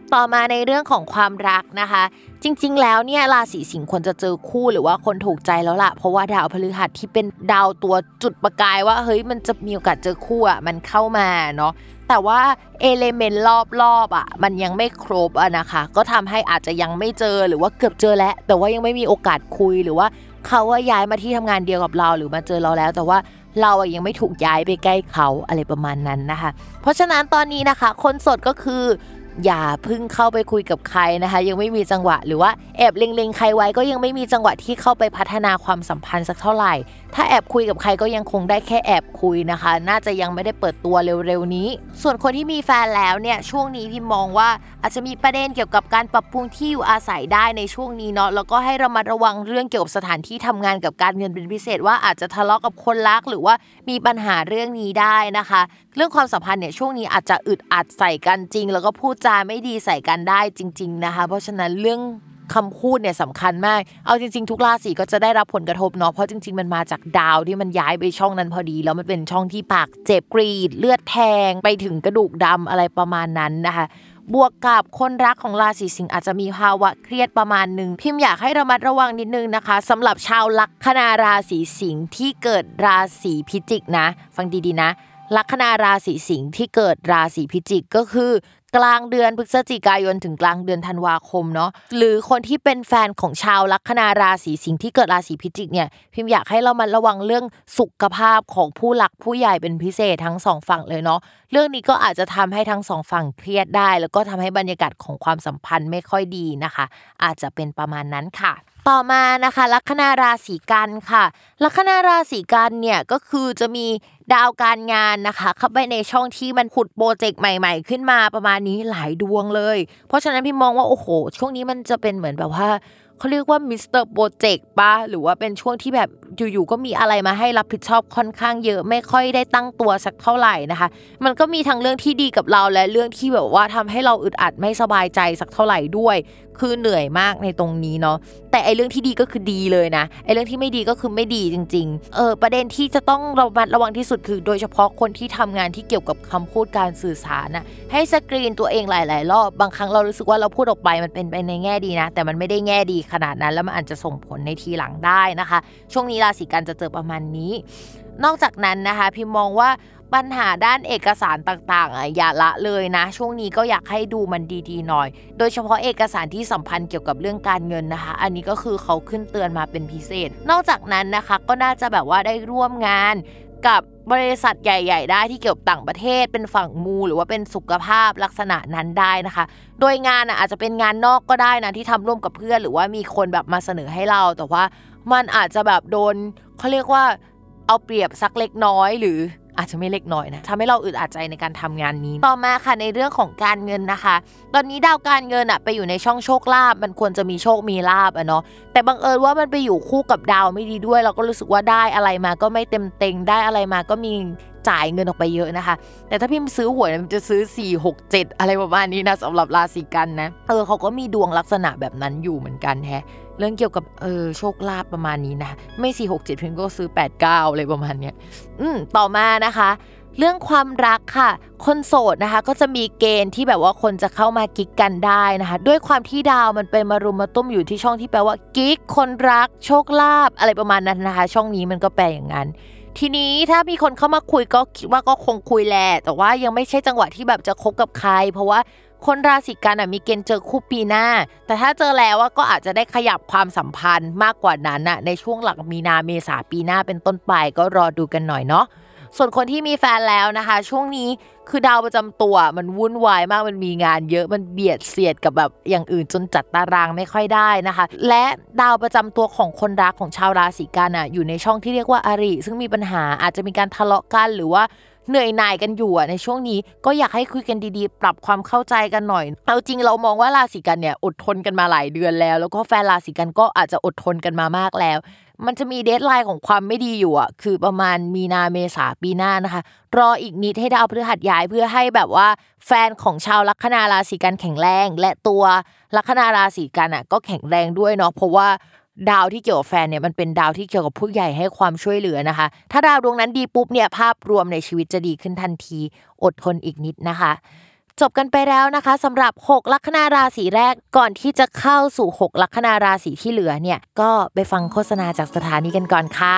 ต่อมาในเรื่องของความรักนะคะจริงๆแล้วเนี่ยราศีสิงห์ควรจะเจอคู่หรือว่าคนถูกใจแล้วล่ะเพราะว่าดาวพฤหัสที่เป็นดาวตัวจุดประกายว่าเฮ้ยมันจะมีโอกาสเจอคู่อ่ะมันเข้ามาเนาะแต่ว่าเอเลเมนต์รอบๆอ่ะมันยังไม่ครบอ่ะนะคะก็ทำให้อาจจะยังไม่เจอหรือว่าเกือบเจอแล้วแต่ว่ายังไม่มีโอกาสคุยหรือว่าเขาว่าย้ายมาที่ทำงานเดียวกับเราหรือมาเจอเราแล้วแต่ว่าเราอ่ะยังไม่ถูกย้ายไปใกล้เขาอะไรประมาณนั้นนะคะเพราะฉะนั้นตอนนี้นะคะคนโสดก็คืออย่าเพิ่งเข้าไปคุยกับใครนะคะยังไม่มีจังหวะหรือว่าแอบเล็งๆใครไว้ก็ยังไม่มีจังหวะที่เข้าไปพัฒนาความสัมพันธ์สักเท่าไหร่ถ้าแอบคุยกับใครก็ยังคงได้แค่แอบคุยนะคะน่าจะยังไม่ได้เปิดตัวเร็วๆนี้ส่วนคนที่มีแฟนแล้วเนี่ยช่วงนี้พี่มองว่าอาจจะมีประเด็นเกี่ยวกับการปรับปรุงที่อยู่อาศัยได้ในช่วงนี้เนาะแล้วก็ให้ระมัดระวังเรื่องเกี่ยวกับสถานที่ทำงานกับการเงินเป็นพิเศษว่าอาจจะทะเลาะกับคนรักหรือว่ามีปัญหาเรื่องนี้ได้นะคะเรื่องความสัมพันธ์เนี่ยช่วงนี้อาจจะอึดอัดใส่กันจริงแล้วก็พูดจาไม่ดีใส่กันได้จริงๆนะคะเพราะฉะนั้นเรื่องคำพูดเนี่ยสำคัญมากเอาจริงๆทุกราศีก็จะได้รับผลกระทบเนาะเพราะจริงๆมันมาจากดาวที่มันย้ายไปช่องนั้นพอดีแล้วมันเป็นช่องที่ปากเจ็บกรีดเลือดแทงไปถึงกระดูกดำอะไรประมาณนั้นนะคะบวกกับคนรักของราศีสิงห์อาจจะมีภาวะเครียดประมาณนึงพิมพ์อยากให้ระมัดระวังนิดนึงนะคะสำหรับชาวลัคนาราศีสิงห์ที่เกิดราศีพิจิกนะฟังดีๆนะลัคนาราศีสิงห์ที่เกิดราศีพิจิกก็คือกลางเดือนพฤศจิกายนถึงกลางเดือนธันวาคมเนาะหรือคนที่เป็นแฟนของชาวลัคนาราศีสิงห์ที่เกิดราศีพิจิกเนี่ยพิมพ์อยากให้เรามาระวังเรื่องสุขภาพของผู้หลักผู้ใหญ่เป็นพิเศษทั้งสองฝั่งเลยเนาะเรื่องนี้ก็อาจจะทำให้ทั้งสองฝั่งเครียดได้แล้วก็ทำให้บรรยากาศของความสัมพันธ์ไม่ค่อยดีนะคะอาจจะเป็นประมาณนั้นค่ะต่อมานะคะลัคนาราศีกันค่ะลัคนาราศีกันเนี่ยก็คือจะมีดาวการงานนะคะเข้าไปในช่องที่มันขุดโปรเจกต์ใหม่ๆขึ้นมาประมาณนี้หลายดวงเลยเพราะฉะนั้นพี่มองว่าโอ้โหช่วงนี้มันจะเป็นเหมือนแบบว่าเขาเรียกว่ามิสเตอร์โปรเจกต์ป่ะหรือว่าเป็นช่วงที่แบบอยู่ๆก็มีอะไรมาให้รับผิดชอบค่อนข้างเยอะไม่ค่อยได้ตั้งตัวสักเท่าไหร่นะคะมันก็มีทั้งเรื่องที่ดีกับเราและเรื่องที่แบบว่าทำให้เราอึดอัดไม่สบายใจสักเท่าไหร่ด้วยคือเหนื่อยมากในตรงนี้เนาะแต่ไอเรื่องที่ดีก็คือดีเลยนะไอเรื่องที่ไม่ดีก็คือไม่ดีจริงๆประเด็นที่จะต้องระวังที่สุดคือโดยเฉพาะคนที่ทำงานที่เกี่ยวกับคำพูดการสื่อสารนะให้สกรีนตัวเองหลายๆรอบบางครั้งเรารู้สึกว่าเราพูดออกไปมันเป็นไปในแง่ดีนะแต่มันไม่ได้แง่ดีขนาดนั้นแล้วมันอาจจะส่งผลในทีหลังได้นะคะช่วงนี้ราศีกันจะเจอประมาณนี้นอกจากนั้นนะคะพิมมองว่าปัญหาด้านเอกสารต่างๆอย่าละเลยนะช่วงนี้ก็อยากให้ดูมันดีๆหน่อยโดยเฉพาะเอกสารที่สัมพันธ์เกี่ยวกับเรื่องการเงินนะคะอันนี้ก็คือเขาขึ้นเตือนมาเป็นพิเศษนอกจากนั้นนะคะก็น่าจะแบบว่าได้ร่วมงานกับบริษัทใหญ่ๆได้ที่เกี่ยวกับต่างประเทศเป็นฝั่งมูหรือว่าเป็นสุขภาพลักษณะนั้นได้นะคะโดยงานอาจจะเป็นงานนอกก็ได้นะที่ทำร่วมกับเพื่อนหรือว่ามีคนแบบมาเสนอให้เราแต่ว่ามันอาจจะแบบโดนเขาเรียกว่าเอาเปรียบสักเล็กน้อยหรืออาจจะไม่เล็กน้อยนะทำให้เราอึดอัดใจในการทำงานนี้ต่อมาค่ะในเรื่องของการเงินนะคะตอนนี้ดาวการเงินไปอยู่ในช่องโชคลาภมันควรจะมีโชคมีลาภเนาะแต่บังเอิญว่ามันไปอยู่คู่กับดาวไม่ดีด้วยเราก็รู้สึกว่าได้อะไรมาก็ไม่เต็มเต็งได้อะไรมาก็มีจ่ายเงินออกไปเยอะนะคะแต่ถ้าพิมพ์ซื้อหวยมันจะซื้อ4 6 7อะไรประมาณนี้นะสำหรับราศีกันนะเขาก็มีดวงลักษณะแบบนั้นอยู่เหมือนกันแฮะเรื่องเกี่ยวกับโชคลาภประมาณนี้นะไม่4 6 7พิมพ์ก็ซื้อ8 9อะไรประมาณเนี้ยต่อมานะคะเรื่องความรักค่ะคนโสดนะคะก็จะมีเกณฑ์ที่แบบว่าคนจะเข้ามากิ๊กกันได้นะคะด้วยความที่ดาวมันไปมารุมมาตุ้มอยู่ที่ช่องที่แปลว่ากิ๊กคนรักโชคลาภอะไรประมาณนั้นนะคะช่องนี้มันก็แปลอย่างนั้นทีนี้ถ้ามีคนเข้ามาคุยก็คิดว่าก็คงคุยแหละแต่ว่ายังไม่ใช่จังหวะที่แบบจะคบกับใครเพราะว่าคนราศีกันมีเกณฑ์เจอคู่ปีหน้าแต่ถ้าเจอแล้วก็อาจจะได้ขยับความสัมพันธ์มากกว่านั้นในช่วงหลังมีนาเมษาปีหน้าเป็นต้นไปก็รอดูกันหน่อยเนาะส่วนคนที่มีแฟนแล้วนะคะช่วงนี้คือดาวประจำตัวมันวุ่นวายมากมันมีงานเยอะมันเบียดเสียดกับแบบอย่างอื่นจนจัดตารางไม่ค่อยได้นะคะและดาวประจำตัวของคนรักของชาวราศีกันอยู่ในช่องที่เรียกว่าอริซึ่งมีปัญหาอาจจะมีการทะเลาะกันหรือว่าเหนื่อยหน่ายกันอยู่ในช่วงนี้ก็อยากให้คุยกันดีๆปรับความเข้าใจกันหน่อยเอาจริงเรามองว่าราศีกันเนี่ยอดทนกันมาหลายเดือนแล้วก็แฟนราศีกันก็อาจจะอดทนกันมามากแล้วมันจะมีเดดไลน์ของความไม่ดีอยู่คือประมาณมีนาเมษาปีหน้านะคะรออีกนิดให้ดาวพฤหัสย้ายเพื่อให้แบบว่าแฟนของชาวลัคนาราศีกันแข็งแรงและตัวลัคนาราศีกันก็แข็งแรงด้วยเนาะเพราะว่าดาวที่เกี่ยวกับแฟนเนี่ยมันเป็นดาวที่เกี่ยวกับผู้ใหญ่ให้ความช่วยเหลือนะคะถ้าดาวดวงนั้นดีปุ๊บเนี่ยภาพรวมในชีวิตจะดีขึ้นทันทีอดทนอีกนิดนะคะจบกันไปแล้วนะคะสำหรับ6ลัคนาราศีแรกก่อนที่จะเข้าสู่6ลัคนาราศีที่เหลือเนี่ยก็ไปฟังโฆษณาจากสถานีกันก่อนค่ะ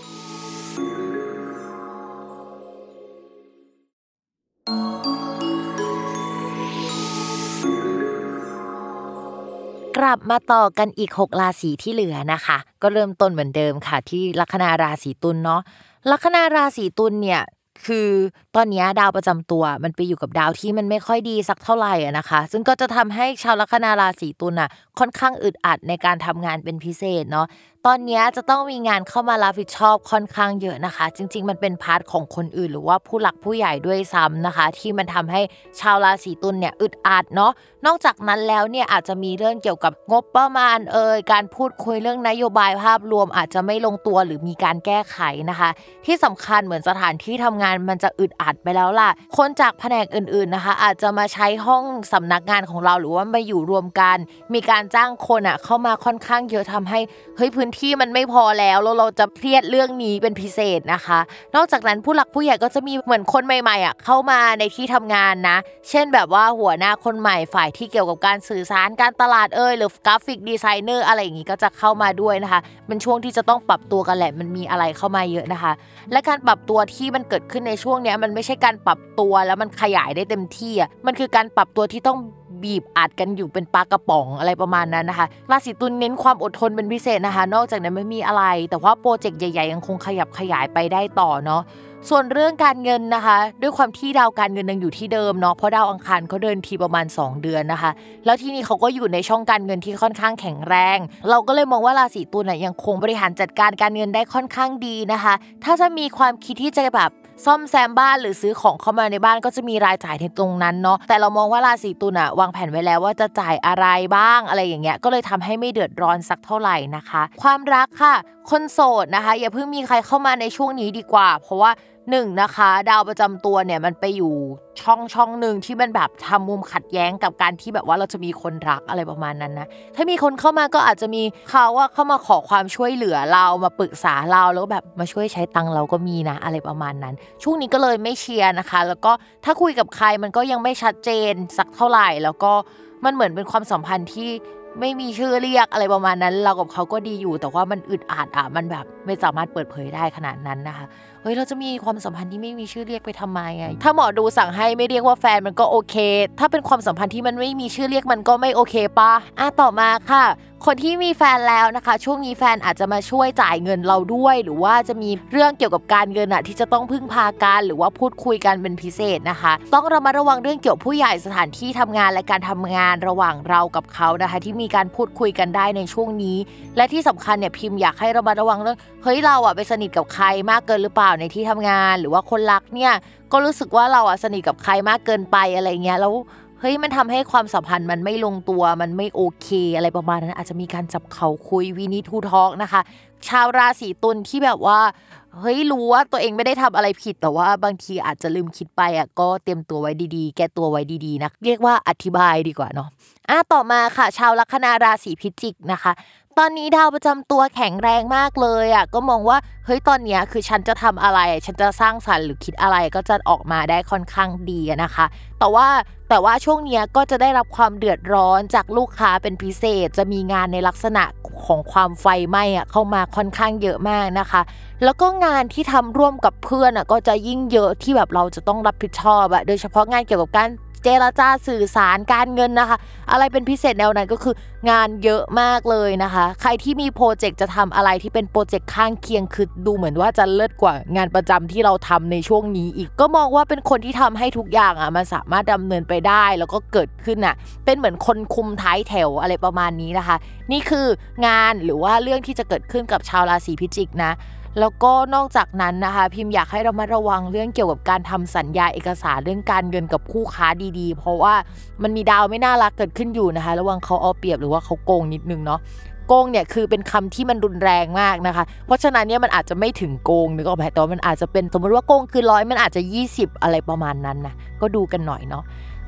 กลับมาต่อกันอีก6ราศีที่เหลือนะคะก็เริ่มต้นเหมือนเดิมค่ะที่ลัคนาราศีตุลเนาะลัคนาราศีตุลเนี่ยคือตอนนี้ดาวประจำตัวมันไปอยู่กับดาวที่มันไม่ค่อยดีสักเท่าไหร่นะคะซึ่งก็จะทำให้ชาวลัคนาราศีตุลน่ะค่อนข้างอึดอัดในการทำงานเป็นพิเศษเนาะตอนนี้จะต้องมีงานเข้ามารับผิดชอบค่อนข้างเยอะนะคะจริงๆมันเป็นพาร์ทของคนอื่นหรือว่าผู้หลักผู้ใหญ่ด้วยซ้ำนะคะที่มันทำให้ชาวราศีตุลเนี่ยอึดอัดเนาะนอกจากนั้นแล้วเนี่ยอาจจะมีเรื่องเกี่ยวกับงบประมาณการพูดคุยเรื่องนโยบายภาพรวมอาจจะไม่ลงตัวหรือมีการแก้ไขนะคะที่สำคัญเหมือนสถานที่ทำงานมันจะอึดอัดไปแล้วล่ะคนจากแผนกอื่นๆนะคะอาจจะมาใช้ห้องสำนักงานของเราหรือว่ามาอยู่รวมกันมีการจ้างคนเข้ามาค่อนข้างเยอะทำให้พื้นที่มันไม่พอแล้วเราจะเครียดเรื่องนี้เป็นพิเศษนะคะนอกจากนั้นผู้หลักผู้ใหญ่ก็จะมีเหมือนคนใหม่ๆเข้ามาในที่ทำงานนะเช่นแบบว่าหัวหน้าคนใหม่ฝ่ายที่เกี่ยวกับการสื่อสารการตลาดหรือกราฟิกดีไซเนอร์อะไรอย่างงี้ก็จะเข้ามาด้วยนะคะเป็นช่วงที่จะต้องปรับตัวกันแหละมันมีอะไรเข้ามาเยอะนะคะและการปรับตัวที่มันเกิดขึ้นในช่วงนี้มันไม่ใช่การปรับตัวแล้วมันขยายได้เต็มที่มันคือการปรับตัวที่ต้องบีบอัดกันอยู่เป็นปลากระป๋องอะไรประมาณนั้นนะคะราศีตุลเน้นความอดทนเป็นพิเศษนะคะนอกจากนั้นไม่มีอะไรแต่ว่าโปรเจกต์ใหญ่ๆยังคงขยับขยายไปได้ต่อเนาะส่วนเรื่องการเงินนะคะด้วยความที่ดาวการเงินยังอยู่ที่เดิมเนาะเพราะดาวอังคารเขาเดินทีประมาณ2เดือนนะคะแล้วที่นี่เขาก็อยู่ในช่องการเงินที่ค่อนข้างแข็งแรงเราก็เลยมองว่าราศีตุลยังคงบริหารจัดการการเงินได้ค่อนข้างดีนะคะถ้าจะมีความคิดที่จะแบบซ่อมแซมบ้านหรือซื้อของเข้ามาในบ้านก็จะมีรายจ่ายในตรงนั้นเนาะแต่เรามองว่าราศีตุลวางแผนไว้แล้วว่าจะจ่ายอะไรบ้างอะไรอย่างเงี้ยก็เลยทำให้ไม่เดือดร้อนสักเท่าไหร่นะคะความรักค่ะคนโสดนะคะอย่าเพิ่งมีใครเข้ามาในช่วงนี้ดีกว่าเพราะว่านะคะดาวประจำตัวเนี่ยมันไปอยู่ช่องนึงที่มันแบบทำมุมขัดแย้งกับการที่แบบว่าเราจะมีคนรักอะไรประมาณนั้นนะถ้ามีคนเข้ามาก็อาจจะมีเขาเข้ามาขอความช่วยเหลือเรามาปรึกษาเราแล้วแบบมาช่วยใช้ตังค์เราก็มีนะอะไรประมาณนั้นช่วงนี้ก็เลยไม่เชียร์นะคะแล้วก็ถ้าคุยกับใครมันก็ยังไม่ชัดเจนสักเท่าไหร่แล้วก็มันเหมือนเป็นความสัมพันธ์ที่ไม่มีชื่อเรียกอะไรประมาณนั้นเรากับเขาก็ดีอยู่แต่ว่ามันอึดอัดมันแบบไม่สามารถเปิดเผยได้ขนาดนั้นนะคะเราจะมีความสัมพันธ์ที่ไม่มีชื่อเรียกไปทำไมถ้าหมอดูสั่งให้ไม่เรียกว่าแฟนมันก็โอเคถ้าเป็นความสัมพันธ์ที่มันไม่มีชื่อเรียกมันก็ไม่โอเคป่ะต่อมาค่ะคนที่มีแฟนแล้วนะคะช่วงนี้แฟนอาจจะมาช่วยจ่ายเงินเราด้วยหรือว่าจะมีเรื่องเกี่ยวกับการเงินที่จะต้องพึ่งพากันหรือว่าพูดคุยกันเป็นพิเศษนะคะต้องระมัดระวังเรื่องเกี่ยวผู้ใหญ่สถานที่ทำงานและการทำงานระหว่างเรากับเขานะคะที่มีการพูดคุยกันได้ในช่วงนี้และที่สำคัญเนี่ยพิมพ์อยากให้ระมัดระวังเรื่องเราไปสนิทกับใครมากเกินหรือเปล่าในที่ทำงานหรือว่าคนรักเนี่ยก็รู้สึกว่าเราสนิทกับใครมากเกินไปอะไรเงี้ยแล้วมันทำให้ความสัมพันธ์มันไม่ลงตัวมันไม่โอเคอะไรประมาณนั้นอาจจะมีการจับเข่าคุยวีนิทูทอล์กนะคะชาวราศีตุลที่แบบว่ารู้ว่าตัวเองไม่ได้ทำอะไรผิดแต่ว่าบางทีอาจจะลืมคิดไปก็เตรียมตัวไว้ดีๆแก้ตัวไว้ดีๆนะเรียกว่าอธิบายดีกว่าเนาะต่อมาค่ะชาวลัคนาราศีพิจิกนะคะตอนนี้ดาวประจำตัวแข็งแรงมากเลยก็มองว่าตอนนี้คือฉันจะทำอะไรฉันจะสร้างสรรค์หรือคิดอะไรก็จะออกมาได้ค่อนข้างดีนะคะแต่ว่าช่วงนี้ก็จะได้รับความเดือดร้อนจากลูกค้าเป็นพิเศษจะมีงานในลักษณะของความไฟไหม้เข้ามาค่อนข้างเยอะมากนะคะแล้วก็งานที่ทำร่วมกับเพื่อนก็จะยิ่งเยอะที่แบบเราจะต้องรับผิดชอบโดยเฉพาะงานเกี่ยวกับการเจรจาสื่อสารการเงินนะคะอะไรเป็นพิเศษแนวนั้นก็คืองานเยอะมากเลยนะคะใครที่มีโปรเจกต์จะทำอะไรที่เป็นโปรเจกต์ข้างเคียงคือดูเหมือนว่าจะเลิศกว่างานประจำที่เราทำในช่วงนี้อีกก็มองว่าเป็นคนที่ทำให้ทุกอย่างมันสามารถดำเนินไปได้แล้วก็เกิดขึ้นเป็นเหมือนคนคุมท้ายแถวอะไรประมาณนี้นะคะนี่คืองานหรือว่าเรื่องที่จะเกิดขึ้นกับชาวราศีพิจิกนะแล้วก็นอกจากนั้นนะคะพิมพ์อยากให้เรามาระวังเรื่องเกี่ยวกับการทำสัญญาเอกสารเรื่องการเงินกับคู่ค้าดีๆเพราะว่ามันมีดาวไม่น่ารักเกิดขึ้นอยู่นะคะระวังเขาเอาเปรียบหรือว่าเขาโกงนิดนึงเนาะโกงเนี่ยคือเป็นคำที่มันรุนแรงมากนะคะเพราะฉะนั้นเนี่ยมันอาจจะไม่ถึงโกงนึกออกไหมแต่มันอาจจะเป็นสมมติว่าโกงคือ100มันอาจจะ20อะไรประมาณนั้นนะก็ดูกันหน่อยเนาะ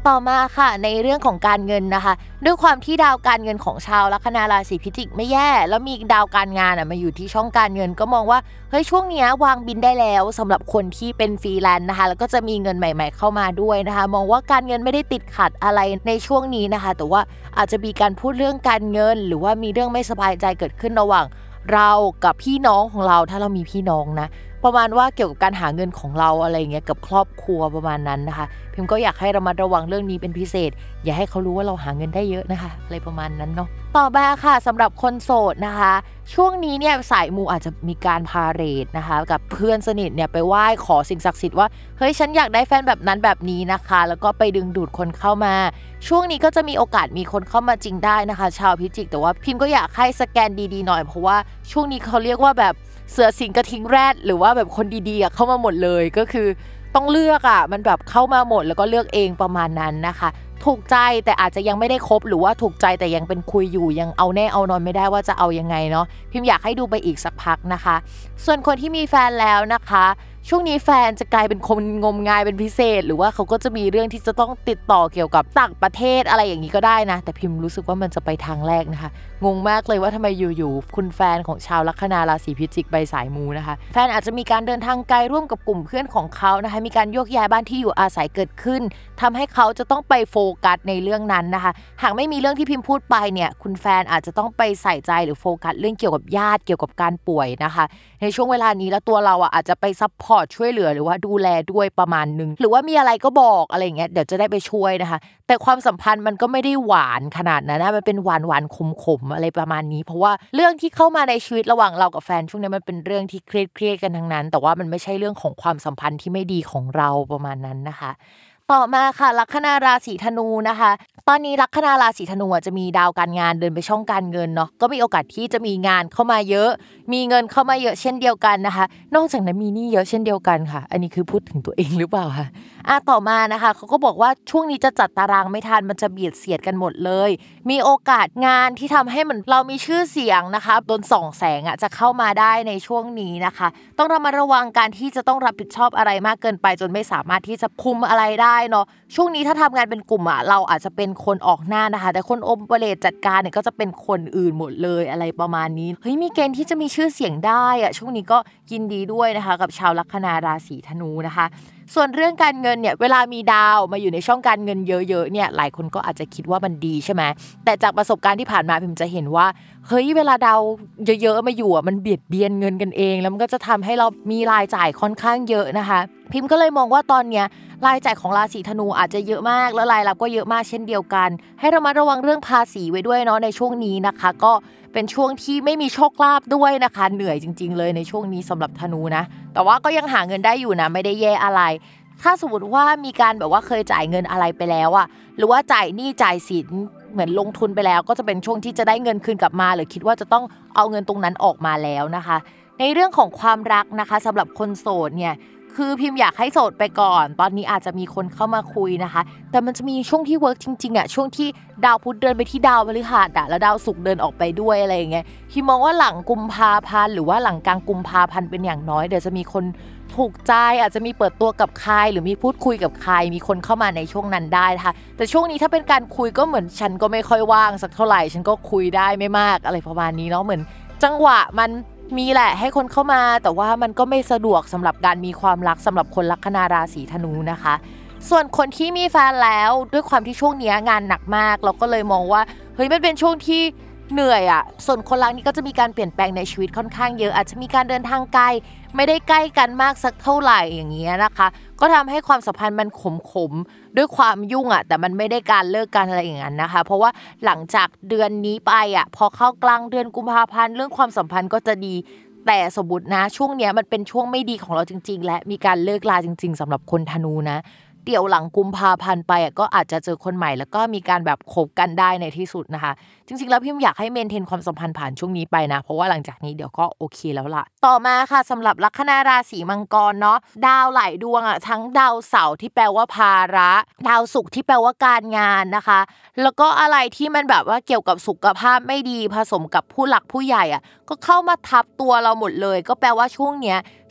ต่อมาค่ะในเรื่องของการเงินนะคะด้วยความที่ดาวการเงินของชาวลัคนาราศีพิจิกไม่แย่แล้วมีดาวการงานมาอยู่ที่ช่องการเงินก็มองว่าเฮ้ยช่วงนี้วางบินได้แล้วสำหรับคนที่เป็นฟรีแลนซ์นะคะแล้วก็จะมีเงินใหม่ๆเข้ามาด้วยนะคะมองว่าการเงินไม่ได้ติดขัดอะไรในช่วงนี้นะคะแต่ว่าอาจจะมีการพูดเรื่องการเงินหรือว่ามีเรื่องไม่สบายใจเกิดขึ้นระหว่างเรากับพี่น้องของเราถ้าเรามีพี่น้องนะประมาณว่าเกี่ยวกับการหาเงินของเราอะไรเงี้ยกับครอบครัวประมาณนั้นนะคะพิมก็อยากให้ระมัดระวังเรื่องนี้เป็นพิเศษอย่าให้เขารู้ว่าเราหาเงินได้เยอะนะคะอะไรประมาณนั้นเนาะต่อมาค่ะสำหรับคนโสดนะคะช่วงนี้เนี่ยสายมูอาจจะมีการพาเหรดนะคะกับเพื่อนสนิทเนี่ยไปไหว้ขอสิ่งศักดิ์สิทธิ์ว่าเฮ้ยฉันอยากได้แฟนแบบนั้นแบบนี้นะคะแล้วก็ไปดึงดูดคนเข้ามาช่วงนี้ก็จะมีโอกาสมีคนเข้ามาจริงได้นะคะชาวพิจิกแต่ว่าพิมก็อยากให้สแกนดีๆหน่อยเพราะว่าช่วงนี้เขาเรียกว่าแบบเสือสิงกระทิงแรดหรือว่าแบบคนดีๆเข้ามาหมดเลยก็คือต้องเลือกมันแบบเข้ามาหมดแล้วก็เลือกเองประมาณนั้นนะคะถูกใจแต่อาจจะยังไม่ได้คบหรือว่าถูกใจแต่ยังเป็นคุยอยู่ยังเอาแน่เอานอนไม่ได้ว่าจะเอายังไงเนาะพิมอยากให้ดูไปอีกสักพักนะคะส่วนคนที่มีแฟนแล้วนะคะช่วงนี้แฟนจะกลายเป็นคนงมงายเป็นพิเศษหรือว่าเขาก็จะมีเรื่องที่จะต้องติดต่อเกี่ยวกับต่างประเทศอะไรอย่างนี้ก็ได้นะแต่พิมรู้สึกว่ามันจะไปทางแรกนะคะงงมากเลยว่าทำไมอยู่ๆคุณแฟนของชาวลัคนาราศีพิจิกใบสายมูนะคะแฟนอาจจะมีการเดินทางไกลร่วมกับกลุ่มเพื่อนของเขานะคะมีการโยกย้ายบ้านที่อยู่อาศัยเกิดขึ้นทำให้เขาจะต้องไปโฟกัสในเรื่องนั้นนะคะหากไม่มีเรื่องที่พิมพูดไปเนี่ยคุณแฟนอาจจะต้องไปใส่ใจหรือโฟกัสเรื่องเกี่ยวกับญาติเกี่ยวกับการป่วยนะคะในช่วงเวลานี้แล้วตัวเราอาจจะไปซัพพอร์ตช่วยเหลือหรือว่าดูแลด้วยประมาณนึงหรือว่ามีอะไรก็บอกอะไรอย่างเงี้ยเดี๋ยวจะได้ไปช่วยนะคะแต่ความสัมพันธ์มันก็ไม่ได้หวานขนาดนั้นนะมันเป็นหวานขมอะไรประมาณนี้เพราะว่าเรื่องที่เข้ามาในชีวิตระหว่างเรากับแฟนช่วงนี้มันเป็นเรื่องที่เครียดกันทั้งนั้นแต่ว่ามันไม่ใช่เรื่องของความสัมพันธ์ที่ไม่ดีของเราประมาณนั้นนะคะต่อมาค่ะลัคนาราศีธนูนะคะตอนนี้ลัคนาราศีธนูจะมีดาวการงานเดินไปช่องการเงินเนาะก็มีโอกาสที่จะมีงานเข้ามาเยอะมีเงินเข้ามาเยอะเช่นเดียวกันนะคะนอกจากนั้นมีหนี้เยอะเช่นเดียวกันค่ะอันนี้คือพูดถึงตัวเองหรือเปล่าคะต่อมานะคะเขาก็บอกว่าช่วงนี้จะจัดตารางไม่ทันมันจะเบียดเสียดกันหมดเลยมีโอกาสงานที่ทำให้เหมือนเรามีชื่อเสียงนะคะโดนส่องแสงจะเข้ามาได้ในช่วงนี้นะคะต้องระมัดระวังการที่จะต้องรับผิดชอบอะไรมากเกินไปจนไม่สามารถที่จะคุมอะไรได้เนาะช่วงนี้ถ้าทำงานเป็นกลุ่มเราอาจจะเป็นคนออกหน้านะคะแต่คนโอเปเรตจัดการเนี่ยก็จะเป็นคนอื่นหมดเลยอะไรประมาณนี้เฮ้ยมีเกณฑ์ที่จะมีชื่อเสียงได้ช่วงนี้ก็ยินดีด้วยนะคะกับชาวลัคนาราศีธนูนะคะส่วนเรื่องการเงินเนี่ยเวลามีดาวมาอยู่ในช่องการเงินเยอะๆเนี่ยหลายคนก็อาจจะคิดว่ามันดีใช่ไหมแต่จากประสบการณ์ที่ผ่านมาพิมจะเห็นว่าเฮ้ยเวลาดาวเยอะๆมาอยู่มันเบียดเบียนเงินกันเองแล้วมันก็จะทำให้เรามีรายจ่ายค่อนข้างเยอะนะคะพิมก็เลยมองว่าตอนเนี้ยรายจ่ายของราศีธนูอาจจะเยอะมากแล้วรายรับก็เยอะมากเช่นเดียวกันให้ระมัดระวังเรื่องภาษีไว้ด้วยเนาะในช่วงนี้นะคะก็เป็นช่วงที่ไม่มีโชคลาภด้วยนะคะเหนื่อยจริงๆเลยในช่วงนี้สำหรับธนูนะแต่ว่าก็ยังหาเงินได้อยู่นะไม่ได้แย่อะไรถ้าสมมติว่ามีการแบบว่าเคยจ่ายเงินอะไรไปแล้วหรือว่าจ่ายหนี้จ่ายสินเหมือนลงทุนไปแล้วก็จะเป็นช่วงที่จะได้เงินคืนกลับมาหรือคิดว่าจะต้องเอาเงินตรงนั้นออกมาแล้วนะคะในเรื่องของความรักนะคะสำหรับคนโสดเนี่ยคือพิมพ์อยากให้โสดไปก่อนตอนนี้อาจจะมีคนเข้ามาคุยนะคะแต่มันจะมีช่วงที่เวิร์กจริงๆช่วงที่ดาวพุธเดินไปที่ดาวพฤหัสแล้วดาวศุกร์เดินออกไปด้วยอะไรอย่างเงี้ยพิมมองว่าหลังกุมภาพันธ์หรือว่าหลังกลางกุมภาพันธ์เป็นอย่างน้อยเดี๋ยวจะมีคนถูกใจอาจจะมีเปิดตัวกับใครหรือมีพูดคุยกับใครมีคนเข้ามาในช่วงนั้นได้ค่ะแต่ช่วงนี้ถ้าเป็นการคุยก็เหมือนฉันก็ไม่ค่อยว่างสักเท่าไหร่ฉันก็คุยได้ไม่มากอะไรประมาณนี้เนาะเหมือนจังหวะมันมีแหละให้คนเข้ามาแต่ว่ามันก็ไม่สะดวกสำหรับการมีความรักสำหรับคนลัคนาราศีธนูนะคะส่วนคนที่มีแฟนแล้วด้วยความที่ช่วงนี้งานหนักมากเราก็เลยมองว่าเฮ้ยมันเป็นช่วงที่เหนื่อยส่วนคนรักนี่ก็จะมีการเปลี่ยนแปลงในชีวิตค่อนข้างเยอะอาจจะมีการเดินทางไกลไม่ได้ใกล้กันมากสักเท่าไหร่อย่างเงี้ยนะคะก็ทำให้ความสัมพันธ์มันขมด้วยความยุ่งแต่มันไม่ได้การเลิกกันอะไรอย่างนั้นนะคะเพราะว่าหลังจากเดือนนี้ไปพอเข้ากลางเดือนกุมภาพันธ์เรื่องความสัมพันธ์ก็จะดีแต่สมมตินะช่วงเนี้ยมันเป็นช่วงไม่ดีของเราจริงๆและมีการเลิกลาจริงๆสำหรับคนธนูนะเดี๋ยวหลังกุมภาพันธ์ไปก็อาจจะเจอคนใหม่แล้วก็มีการแบบคบกันได้ในที่สุดนะคะจริงๆแล้วพิมอยากให้เมนเทนความสัมพันธ์ผ่านช่วงนี้ไปนะเพราะว่าหลังจากนี้เดี๋ยวก็โอเคแล้วล่ะต่อมาค่ะสำหรับลัคนาราศีมังกรเนาะดาวหลายดวงทั้งดาวเสาร์ที่แปลว่าภาระดาวศุกร์ที่แปลว่าการงานนะคะแล้วก็อะไรที่มันแบบว่าเกี่ยวกับสุขภาพไม่ดีผสมกับผู้หลักผู้ใหญ่ก็เข้ามาทับตัวเราหมดเลยก็แปลว่าช่วงเนี้ย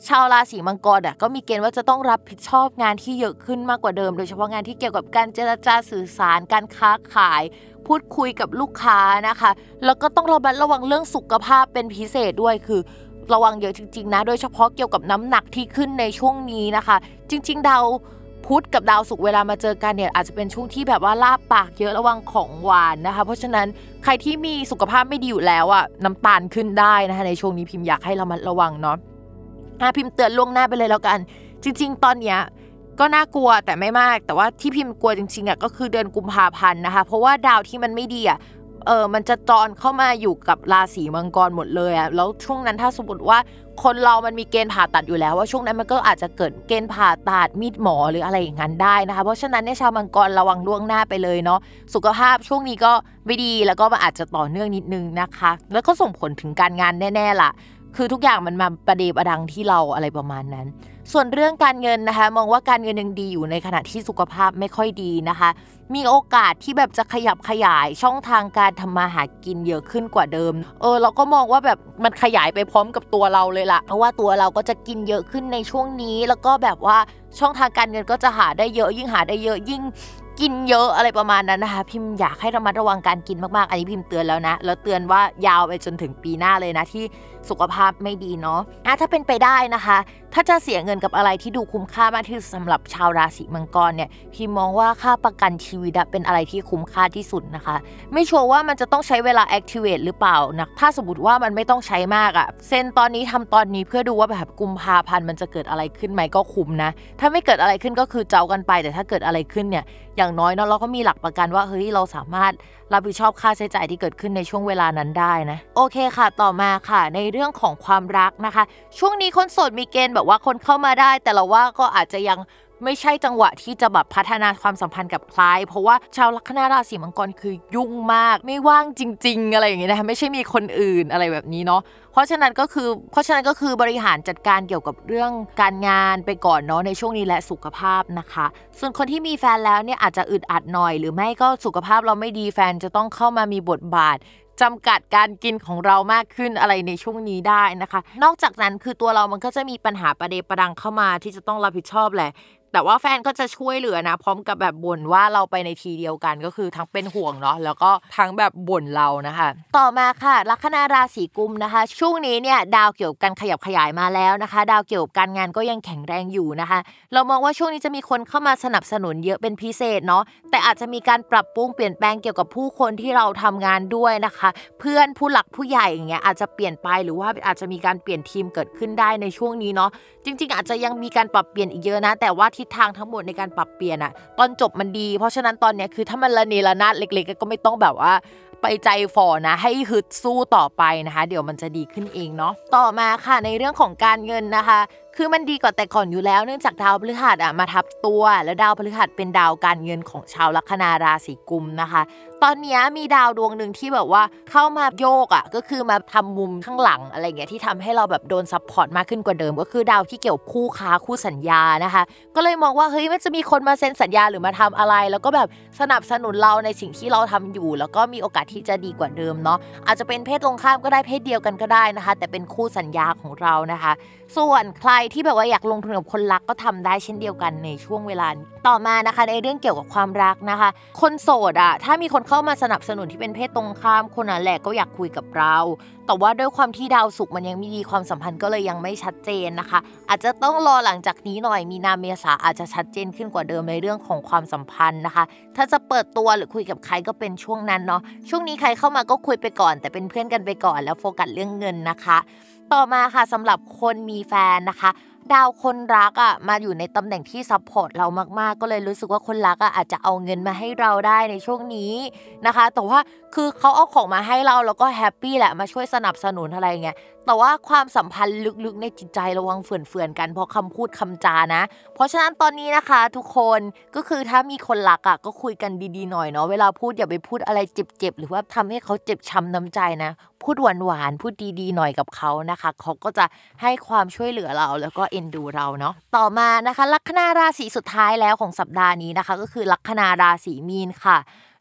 ชาวราศีมังกรก็มีเกณฑ์ว่าจะต้องรับผิดชอบงานที่เยอะขึ้นมากกว่าเดิมโดยเฉพาะงานที่เกี่ยวกับการเจรจาสื่อสารการค้าขายพูดคุยกับลูกค้านะคะแล้วก็ต้องระวังเรื่องสุขภาพเป็นพิเศษด้วยคือระวังเยอะจริงๆนะโดยเฉพาะเกี่ยวกับน้ำหนักที่ขึ้นในช่วงนี้นะคะจริงๆดาวพุธกับดาวศุกร์เวลามาเจอกันเนี่ยอาจจะเป็นช่วงที่แบบว่าลาบปากเยอะระวังของหวานนะคะเพราะฉะนั้นใครที่มีสุขภาพไม่ดีอยู่แล้วน้ำตาลขึ้นได้นะคะในช่วงนี้พิมพ์อยากให้ระวังเนาะพิมพ์เตือนล่วงหน้าไปเลยแล้วกันจริงๆตอนเนี้ยก็น่ากลัวแต่ไม่มากแต่ว่าที่พิมพ์กลัวจริงๆก็คือเดือนกุมภาพันธ์นะคะเพราะว่าดาวที่มันไม่ดีมันจะจรเข้ามาอยู่กับราศีมังกรหมดเลยแล้วช่วงนั้นถ้าสมมติว่าคนเรามันมีเกณฑ์ผ่าตัดอยู่แล้วว่าช่วงนั้นมันก็อาจจะเกิดเกณฑ์ผ่าตัดมีดหมอหรืออะไรอย่างนั้นได้นะคะเพราะฉะนั้นชาวมังกรระวังล่วงหน้าไปเลยเนาะสุขภาพช่วงนี้ก็ไม่ดีแล้วก็อาจจะต่อเนื่องนิดนึงนะคะแล้วก็ส่งผลถึงการงานแน่ๆล่ะคือทุกอย่างมันมาประเดประดังที่เราอะไรประมาณนั้นส่วนเรื่องการเงินนะคะมองว่าการเงินยังดีอยู่ในขณะที่สุขภาพไม่ค่อยดีนะคะมีโอกาสที่แบบจะขยับขยายช่องทางการทำมาหากินเยอะขึ้นกว่าเดิมเราก็มองว่าแบบมันขยายไปพร้อมกับตัวเราเลยล่ะเพราะว่าตัวเราก็จะกินเยอะขึ้นในช่วงนี้แล้วก็แบบว่าช่องทางการเงินก็จะหาได้เยอะยิ่งหาได้เยอะยิ่งกินเยอะอะไรประมาณนั้นนะคะพิมอยากให้ระมัดระวังการกินมากๆอันนี้พิมเตือนแล้วนะแล้วเตือนว่ายาวไปจนถึงปีหน้าเลยนะที่สุขภาพไม่ดีเนาะถ้าเป็นไปได้นะคะถ้าจะเสียเงินกับอะไรที่ดูคุ้มค่ามากที่สุดสำหรับชาวราศีมังกรเนี่ยพิมมองว่าค่าประกันชีวิตเป็นอะไรที่คุ้มค่าที่สุดนะคะไม่ชัวร์ว่ามันจะต้องใช้เวลา activate หรือเปล่านะถ้าสมมติว่ามันไม่ต้องใช้มากเซ็นตอนนี้ทำตอนนี้เพื่อดูว่าแบบกุมภาพันธ์มันจะเกิดอะไรขึ้นไหมก็คุ้มนะถ้าไม่เกิดอะไรขึ้นก็คือเจ้ากันไปแต่ถ้าเกิดอะไรขึ้นเนี่ยอย่างน้อยเนาะเราก็มีหลักประกันว่าเฮ้ยเราสามารถรับผิดชอบค่าใช้จ่ายที่เกิดขึ้นในช่วงเวลานั้นได้นะโอเคค่ะต่อมาค่ะในเรื่องของความรักนะคะช่วงนี้คนโสดมีเกณฑ์แบบว่าคนเข้ามาได้แต่เราว่าก็อาจจะยังไม่ใช่จังหวะที่จะแบบพัฒนาความสัมพันธ์กับใครเพราะว่าชาวลัคนาราศีมังกรคือยุ่งมากไม่ว่างจริงๆอะไรอย่างเงี้ยนะคะไม่ใช่มีคนอื่นอะไรแบบนี้เนาะเพราะฉะนั้นก็คือบริหารจัดการเกี่ยวกับเรื่องการงานไปก่อนเนาะในช่วงนี้และสุขภาพนะคะส่วนคนที่มีแฟนแล้วเนี่ยอาจจะอึดอัดหน่อยหรือไม่ก็สุขภาพเราไม่ดีแฟนจะต้องเข้ามามีบทบาทจำกัดการกินของเรามากขึ้นอะไรในช่วงนี้ได้นะคะนอกจากนั้นคือตัวเรามันก็จะมีปัญหาประเดประดังเข้ามาที่จะต้องรับผิดชอบแหละแต่ว่าแฟนก็จะช่วยเหลือนะพร้อมกับแบบบ่นว่าเราไปในทีเดียวกันก็คือทั้งเป็นห่วงเนาะแล้วก็ทั้งแบบบ่นเรานะคะต่อมาค่ะลัคนาราศีกุมนะคะช่วงนี้เนี่ยดาวเกี่ยวกันขยับขยายมาแล้วนะคะดาวเกี่ยวกับการงานก็ยังแข็งแรงอยู่นะคะเรามองว่าช่วงนี้จะมีคนเข้ามาสนับสนุนเยอะเป็นพิเศษเนาะแต่อาจจะมีการปรับปรุงเปลี่ยนแปลงเกี่ยวกับผู้คนที่เราทำงานด้วยนะคะเพื่อนผู้หลักผู้ใหญ่อย่างเงี้ยอาจจะเปลี่ยนไปหรือว่าอาจจะมีการเปลี่ยนทีมเกิดขึ้นได้ในช่วงนี้เนาะจริงๆอาจจะยังมีการปรับเปลี่ยนอีกเยอะนะแต่ว่าทิศทางทั้งหมดในการปรับเปลี่ยนตอนจบมันดีเพราะฉะนั้นตอนเนี้ยคือถ้ามันระเนระนาดเล็กๆก็ไม่ต้องแบบว่าไปใจฝ่อนะให้ฮึดสู้ต่อไปนะคะเดี๋ยวมันจะดีขึ้นเองเนาะต่อมาค่ะในเรื่องของการเงินนะคะคือมันดีกว่าแต่ก่อนอยู่แล้วเนื่องจากดาวพฤหัสมาทับตัวแล้วดาวพฤหัสเป็นดาวการเงินของชาวลัคนาราศีกุมนะคะตอนนี้มีดาวดวงนึงที่แบบว่าเข้ามาโยกก็คือมาทำมุมข้างหลังอะไรเงี้ยที่ทำให้เราแบบโดนซัพพอร์ตมากขึ้นกว่าเดิมก็คือดาวที่เกี่ยวคู่ค้าคู่สัญญานะคะก็เลยมองว่าเฮ้ยมันจะมีคนมาเซ็นสัญญาหรือมาทำอะไรแล้วก็แบบสนับสนุนเราในสิ่งที่เราทำอยู่แล้วก็มีโอกาสที่จะดีกว่าเดิมเนาะอาจจะเป็นเพศตรงข้ามก็ได้เพศเดียวกันก็ได้นะคะแต่เป็นคู่สัญญาของเรานะคะส่วนใครที่แบบว่าอยากลงทุนกับคนรักก็ทำได้เช่นเดียวกันในช่วงเวลาต่อมานะคะในเรื่องเกี่ยวกับความรักนะคะคนโสดถ้ามีคนเข้ามาสนับสนุนที่เป็นเพศตรงข้ามคนนั้นแหละก็อยากคุยกับเราแต่ว่าด้วยความที่ดาวศุกร์มันยังไม่ดีความสัมพันธ์ก็เลยยังไม่ชัดเจนนะคะอาจจะต้องรอหลังจากนี้หน่อยมีนาเมษาอาจจะชัดเจนขึ้นกว่าเดิมในเรื่องของความสัมพันธ์นะคะถ้าจะเปิดตัวหรือคุยกับใครก็เป็นช่วงนั้นเนาะช่วงนี้ใครเข้ามาก็คุยไปก่อนแต่เป็นเพื่อนกันไปก่อนแล้วโฟกัสเรื่องเงินนะคะต่อมาค่ะสำหรับคนมีแฟนนะคะดาวคนรักมาอยู่ในตำแหน่งที่ซัพพอร์ตเรามากๆก็เลยรู้สึกว่าคนรักอาจจะเอาเงินมาให้เราได้ในช่วงนี้นะคะแต่ว่าคือเขาเอาของมาให้เราแล้วก็แฮปปี้แหละมาช่วยสนับสนุนอะไรเงี้ยแต่ว่าความสัมพันธ์ลึกๆในจิตใจระวังเฟื่อนๆกันเพราะคำพูดคำจานะเพราะฉะนั้นตอนนี้นะคะทุกคนก็คือถ้ามีคนรักก็คุยกันดีๆหน่อยเนาะเวลาพูดอย่าไปพูดอะไรเจ็บๆหรือว่าทำให้เขาเจ็บช้ำน้ำใจนะพูดหวานๆพูดดีๆหน่อยกับเขานะคะเขาก็จะให้ความช่วยเหลือเราแล้วก็เอ็นดูเราเนาะต่อมานะคะลัคนาราศีสุดท้ายแล้วของสัปดาห์นี้นะคะก็คือลัคนาราศีมีนค่ะ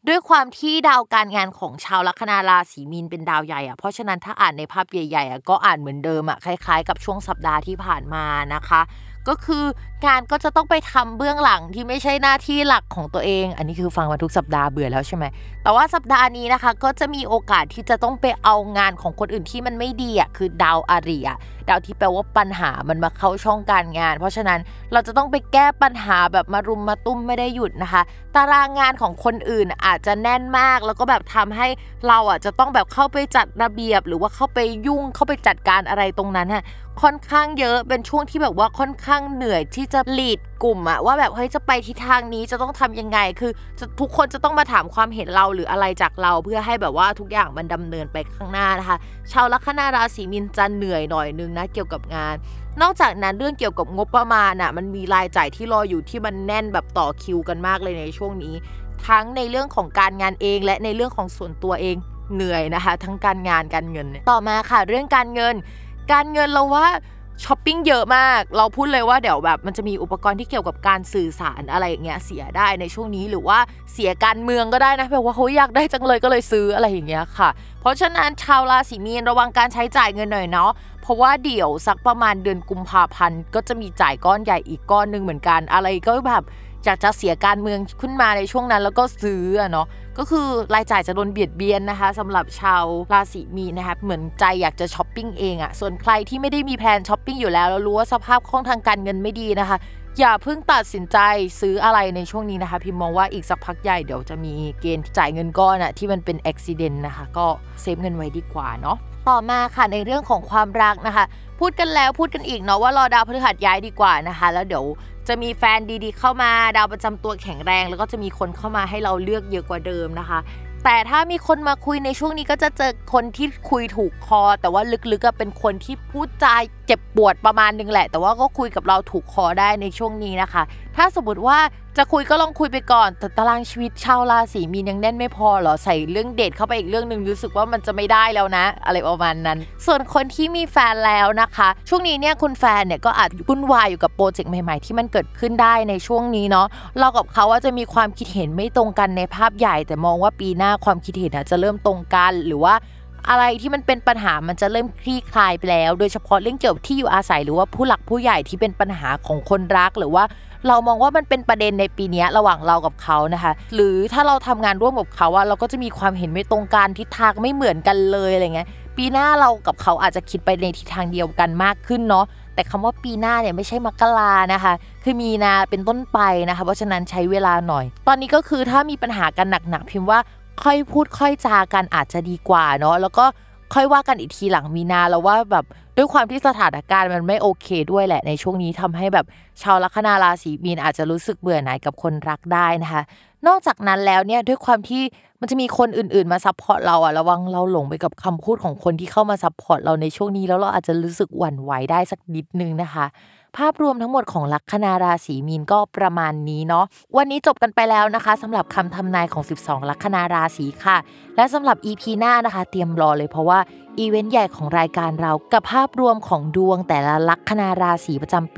ด้วยความที่ดาวการงานของชาวลัคนาราศีมีนเป็นดาวใหญ่เพราะฉะนั้นถ้าอ่านในภาพใหญ่ๆก็อ่านเหมือนเดิมคล้ายๆกับช่วงสัปดาห์ที่ผ่านมานะคะก็คืองานก็จะต้องไปทำเบื้องหลังที่ไม่ใช่หน้าที่หลักของตัวเองอันนี้คือฟังมาทุกสัปดาห์เบื่อแล้วใช่ไหมแต่ว่าสัปดาห์นี้นะคะก็จะมีโอกาสที่จะต้องไปเอางานของคนอื่นที่มันไม่ดีคือดาวอาริดาวที่แปลว่าปัญหามันมาเข้าช่องการงานเพราะฉะนั้นเราจะต้องไปแก้ปัญหาแบบมารุมมาตุ้มไม่ได้หยุดนะคะตารางงานของคนอื่นอาจจะแน่นมากแล้วก็แบบทำให้เราจะต้องแบบเข้าไปจัดระเบียบหรือว่าเข้าไปยุ่งเข้าไปจัดการอะไรตรงนั้นค่อนข้างเยอะเป็นช่วงที่แบบว่าค่อนข้างเหนื่อยที่จะลีดกลุ่มว่าแบบเฮ้ยจะไปทิศทางนี้จะต้องทำยังไงคือทุกคนจะต้องมาถามความเห็นเราหรืออะไรจากเราเพื่อให้แบบว่าทุกอย่างมันดำเนินไปข้างหน้านะคะชาวลัคนาราศีมีนจะเหนื่อยหน่อยนึงนะเกี่ยวกับงานนอกจากนั้นเรื่องเกี่ยวกับงบประมาณมันมีรายจ่ายที่รออยู่ที่มันแน่นแบบต่อคิวกันมากเลยในช่วงนี้ทั้งในเรื่องของการงานเองและในเรื่องของส่วนตัวเองเหนื่อยนะคะทั้งการงานการเงินต่อมาค่ะเรื่องการเงินเราว่าช้อปปิ้งเยอะมากเราพูดเลยว่าเดี๋ยวแบบมันจะมีอุปกรณ์ที่เกี่ยวกับการสื่อสารอะไรอย่างเงี้ยเสียได้ในช่วงนี้หรือว่าเสียการเมืองก็ได้นะแบบว่าเขาอยากได้จังเลยก็เลยซื้ออะไรอย่างเงี้ยค่ะเพราะฉะนั้นชาวราศีมีนระวังการใช้จ่ายเงินหน่อยเนาะเพราะว่าเดี๋ยวสักประมาณเดือนกุมภาพันธ์ก็จะมีจ่ายก้อนใหญ่อีกก้อนนึงเหมือนกันอะไรก็แบบอยากจะเสียการเมืองขึ้นมาในช่วงนั้นแล้วก็ซื้อเนาะก็คือรายจ่ายจะโดนเบียดเบียนนะคะสำหรับชาวราศีมีนนะคะเหมือนใจอยากจะช้อปปิ้งเองส่วนใครที่ไม่ได้มีแผนช้อปปิ้งอยู่แล้วรู้ว่าสภาพคล่องทางการเงินไม่ดีนะคะอย่าเพิ่งตัดสินใจซื้ออะไรในช่วงนี้นะคะพิมมองว่าอีกสักพักใหญ่เดี๋ยวจะมีเกณฑ์จ่ายเงินก้อนที่มันเป็นอุบัติเหตุนะคะก็เซฟเงินไว้ดีกว่าเนาะต่อมาค่ะในเรื่องของความรักนะคะพูดกันแล้วพูดกันอีกเนาะว่ารอดาวพฤหัสย้ายดีกว่านะคะแล้วเดี๋ยวจะมีแฟนดีๆเข้ามาดาวประจำตัวแข็งแรงแล้วก็จะมีคนเข้ามาให้เราเลือกเยอะกว่าเดิมนะคะแต่ถ้ามีคนมาคุยในช่วงนี้ก็จะเจอคนที่คุยถูกคอแต่ว่าลึกๆเป็นคนที่พูดจาเจ็บปวดประมาณนึงแหละแต่ว่าก็คุยกับเราถูกคอได้ในช่วงนี้นะคะถ้าสมมติว่าจะคุยก็ลองคุยไปก่อนแต่ตารางชีวิตชาวราศีมีนยังแน่นไม่พอเหรอใส่เรื่องเดทเข้าไปอีกเรื่องนึงรู้สึกว่ามันจะไม่ได้แล้วนะอะไรประมาณนั้นส่วนคนที่มีแฟนแล้วนะคะช่วงนี้เนี่ยคุณแฟนเนี่ยก็อาจวุ่นวายอยู่กับโปรเจกต์ใหม่ๆที่มันเกิดขึ้นได้ในช่วงนี้เนาะเรากับเขาว่าจะมีความคิดเห็นไม่ตรงกันในภาพใหญ่แต่มองว่าปีหน้าความคิดเห็นจะเริ่มตรงกันหรือว่าอะไรที่มันเป็นปัญหามันจะเริ่มคลี่คลายไปแล้วโดยเฉพาะเรื่องเกี่ยวกับที่อยู่อาศัยหรือว่าผู้หลักผู้ใหญ่ที่เป็นปัญหาของคนรักหรือว่าเรามองว่ามันเป็นประเด็นในปีนี้ระหว่างเรากับเขานะคะหรือถ้าเราทำงานร่วมกับเขาเราก็จะมีความเห็นไม่ตรงกันทิศทางไม่เหมือนกันเลยอะไรเงี้ยปีหน้าเรากับเขาอาจจะคิดไปในทิศทางเดียวกันมากขึ้นเนาะแต่คำว่าปีหน้าเนี่ยไม่ใช่มกรานะคะคือมีนาเป็นต้นไปนะคะเพราะฉะนั้นใช้เวลาหน่อยตอนนี้ก็คือถ้ามีปัญหากันหนักๆพิมพ์ว่าค่อยพูดค่อยจากันอาจจะดีกว่าเนาะแล้วก็ค่อยว่ากันอีกทีหลังมีนาแล้วว่าแบบด้วยความที่สถานการณ์มันไม่โอเคด้วยแหละในช่วงนี้ทำให้แบบชาวลัคนาราศีมีนอาจจะรู้สึกเบื่อหน่ายกับคนรักได้นะคะนอกจากนั้นแล้วเนี่ยด้วยความที่มันจะมีคนอื่นๆมาซัพพอร์ตเราระวังเราหลงไปกับคำพูดของคนที่เข้ามาซัพพอร์ตเราในช่วงนี้แล้วเราอาจจะรู้สึกหวั่นไหวได้สักนิดนึงนะคะภาพรวมทั้งหมดของลัคนาราศีมีนก็ประมาณนี้เนาะวันนี้จบกันไปแล้วนะคะสำหรับคำทำนายของ12ลัคนาราศีค่ะและสำหรับ EP หน้านะคะเตรียมรอเลยเพราะว่าอีเวนต์ใหญ่ของรายการเรากับภาพรวมของดวงแต่ละลัคนาราศีประจำปี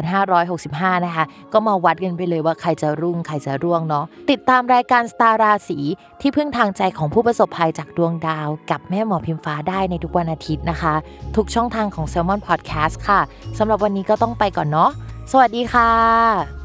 2565 นะคะก็มาวัดกันไปเลยว่าใครจะรุ่งใครจะร่วงเนาะติดตามรายการสตาร์ราศีที่พึ่งทางใจของผู้ประสบภัยจากดวงดาวกับแม่หมอพิมฟ้าได้ในทุกวันอาทิตย์นะคะทุกช่องทางของ Salmon Podcast ค่ะสำหรับวันนี้ก็ต้องไปก่อนเนาะสวัสดีค่ะ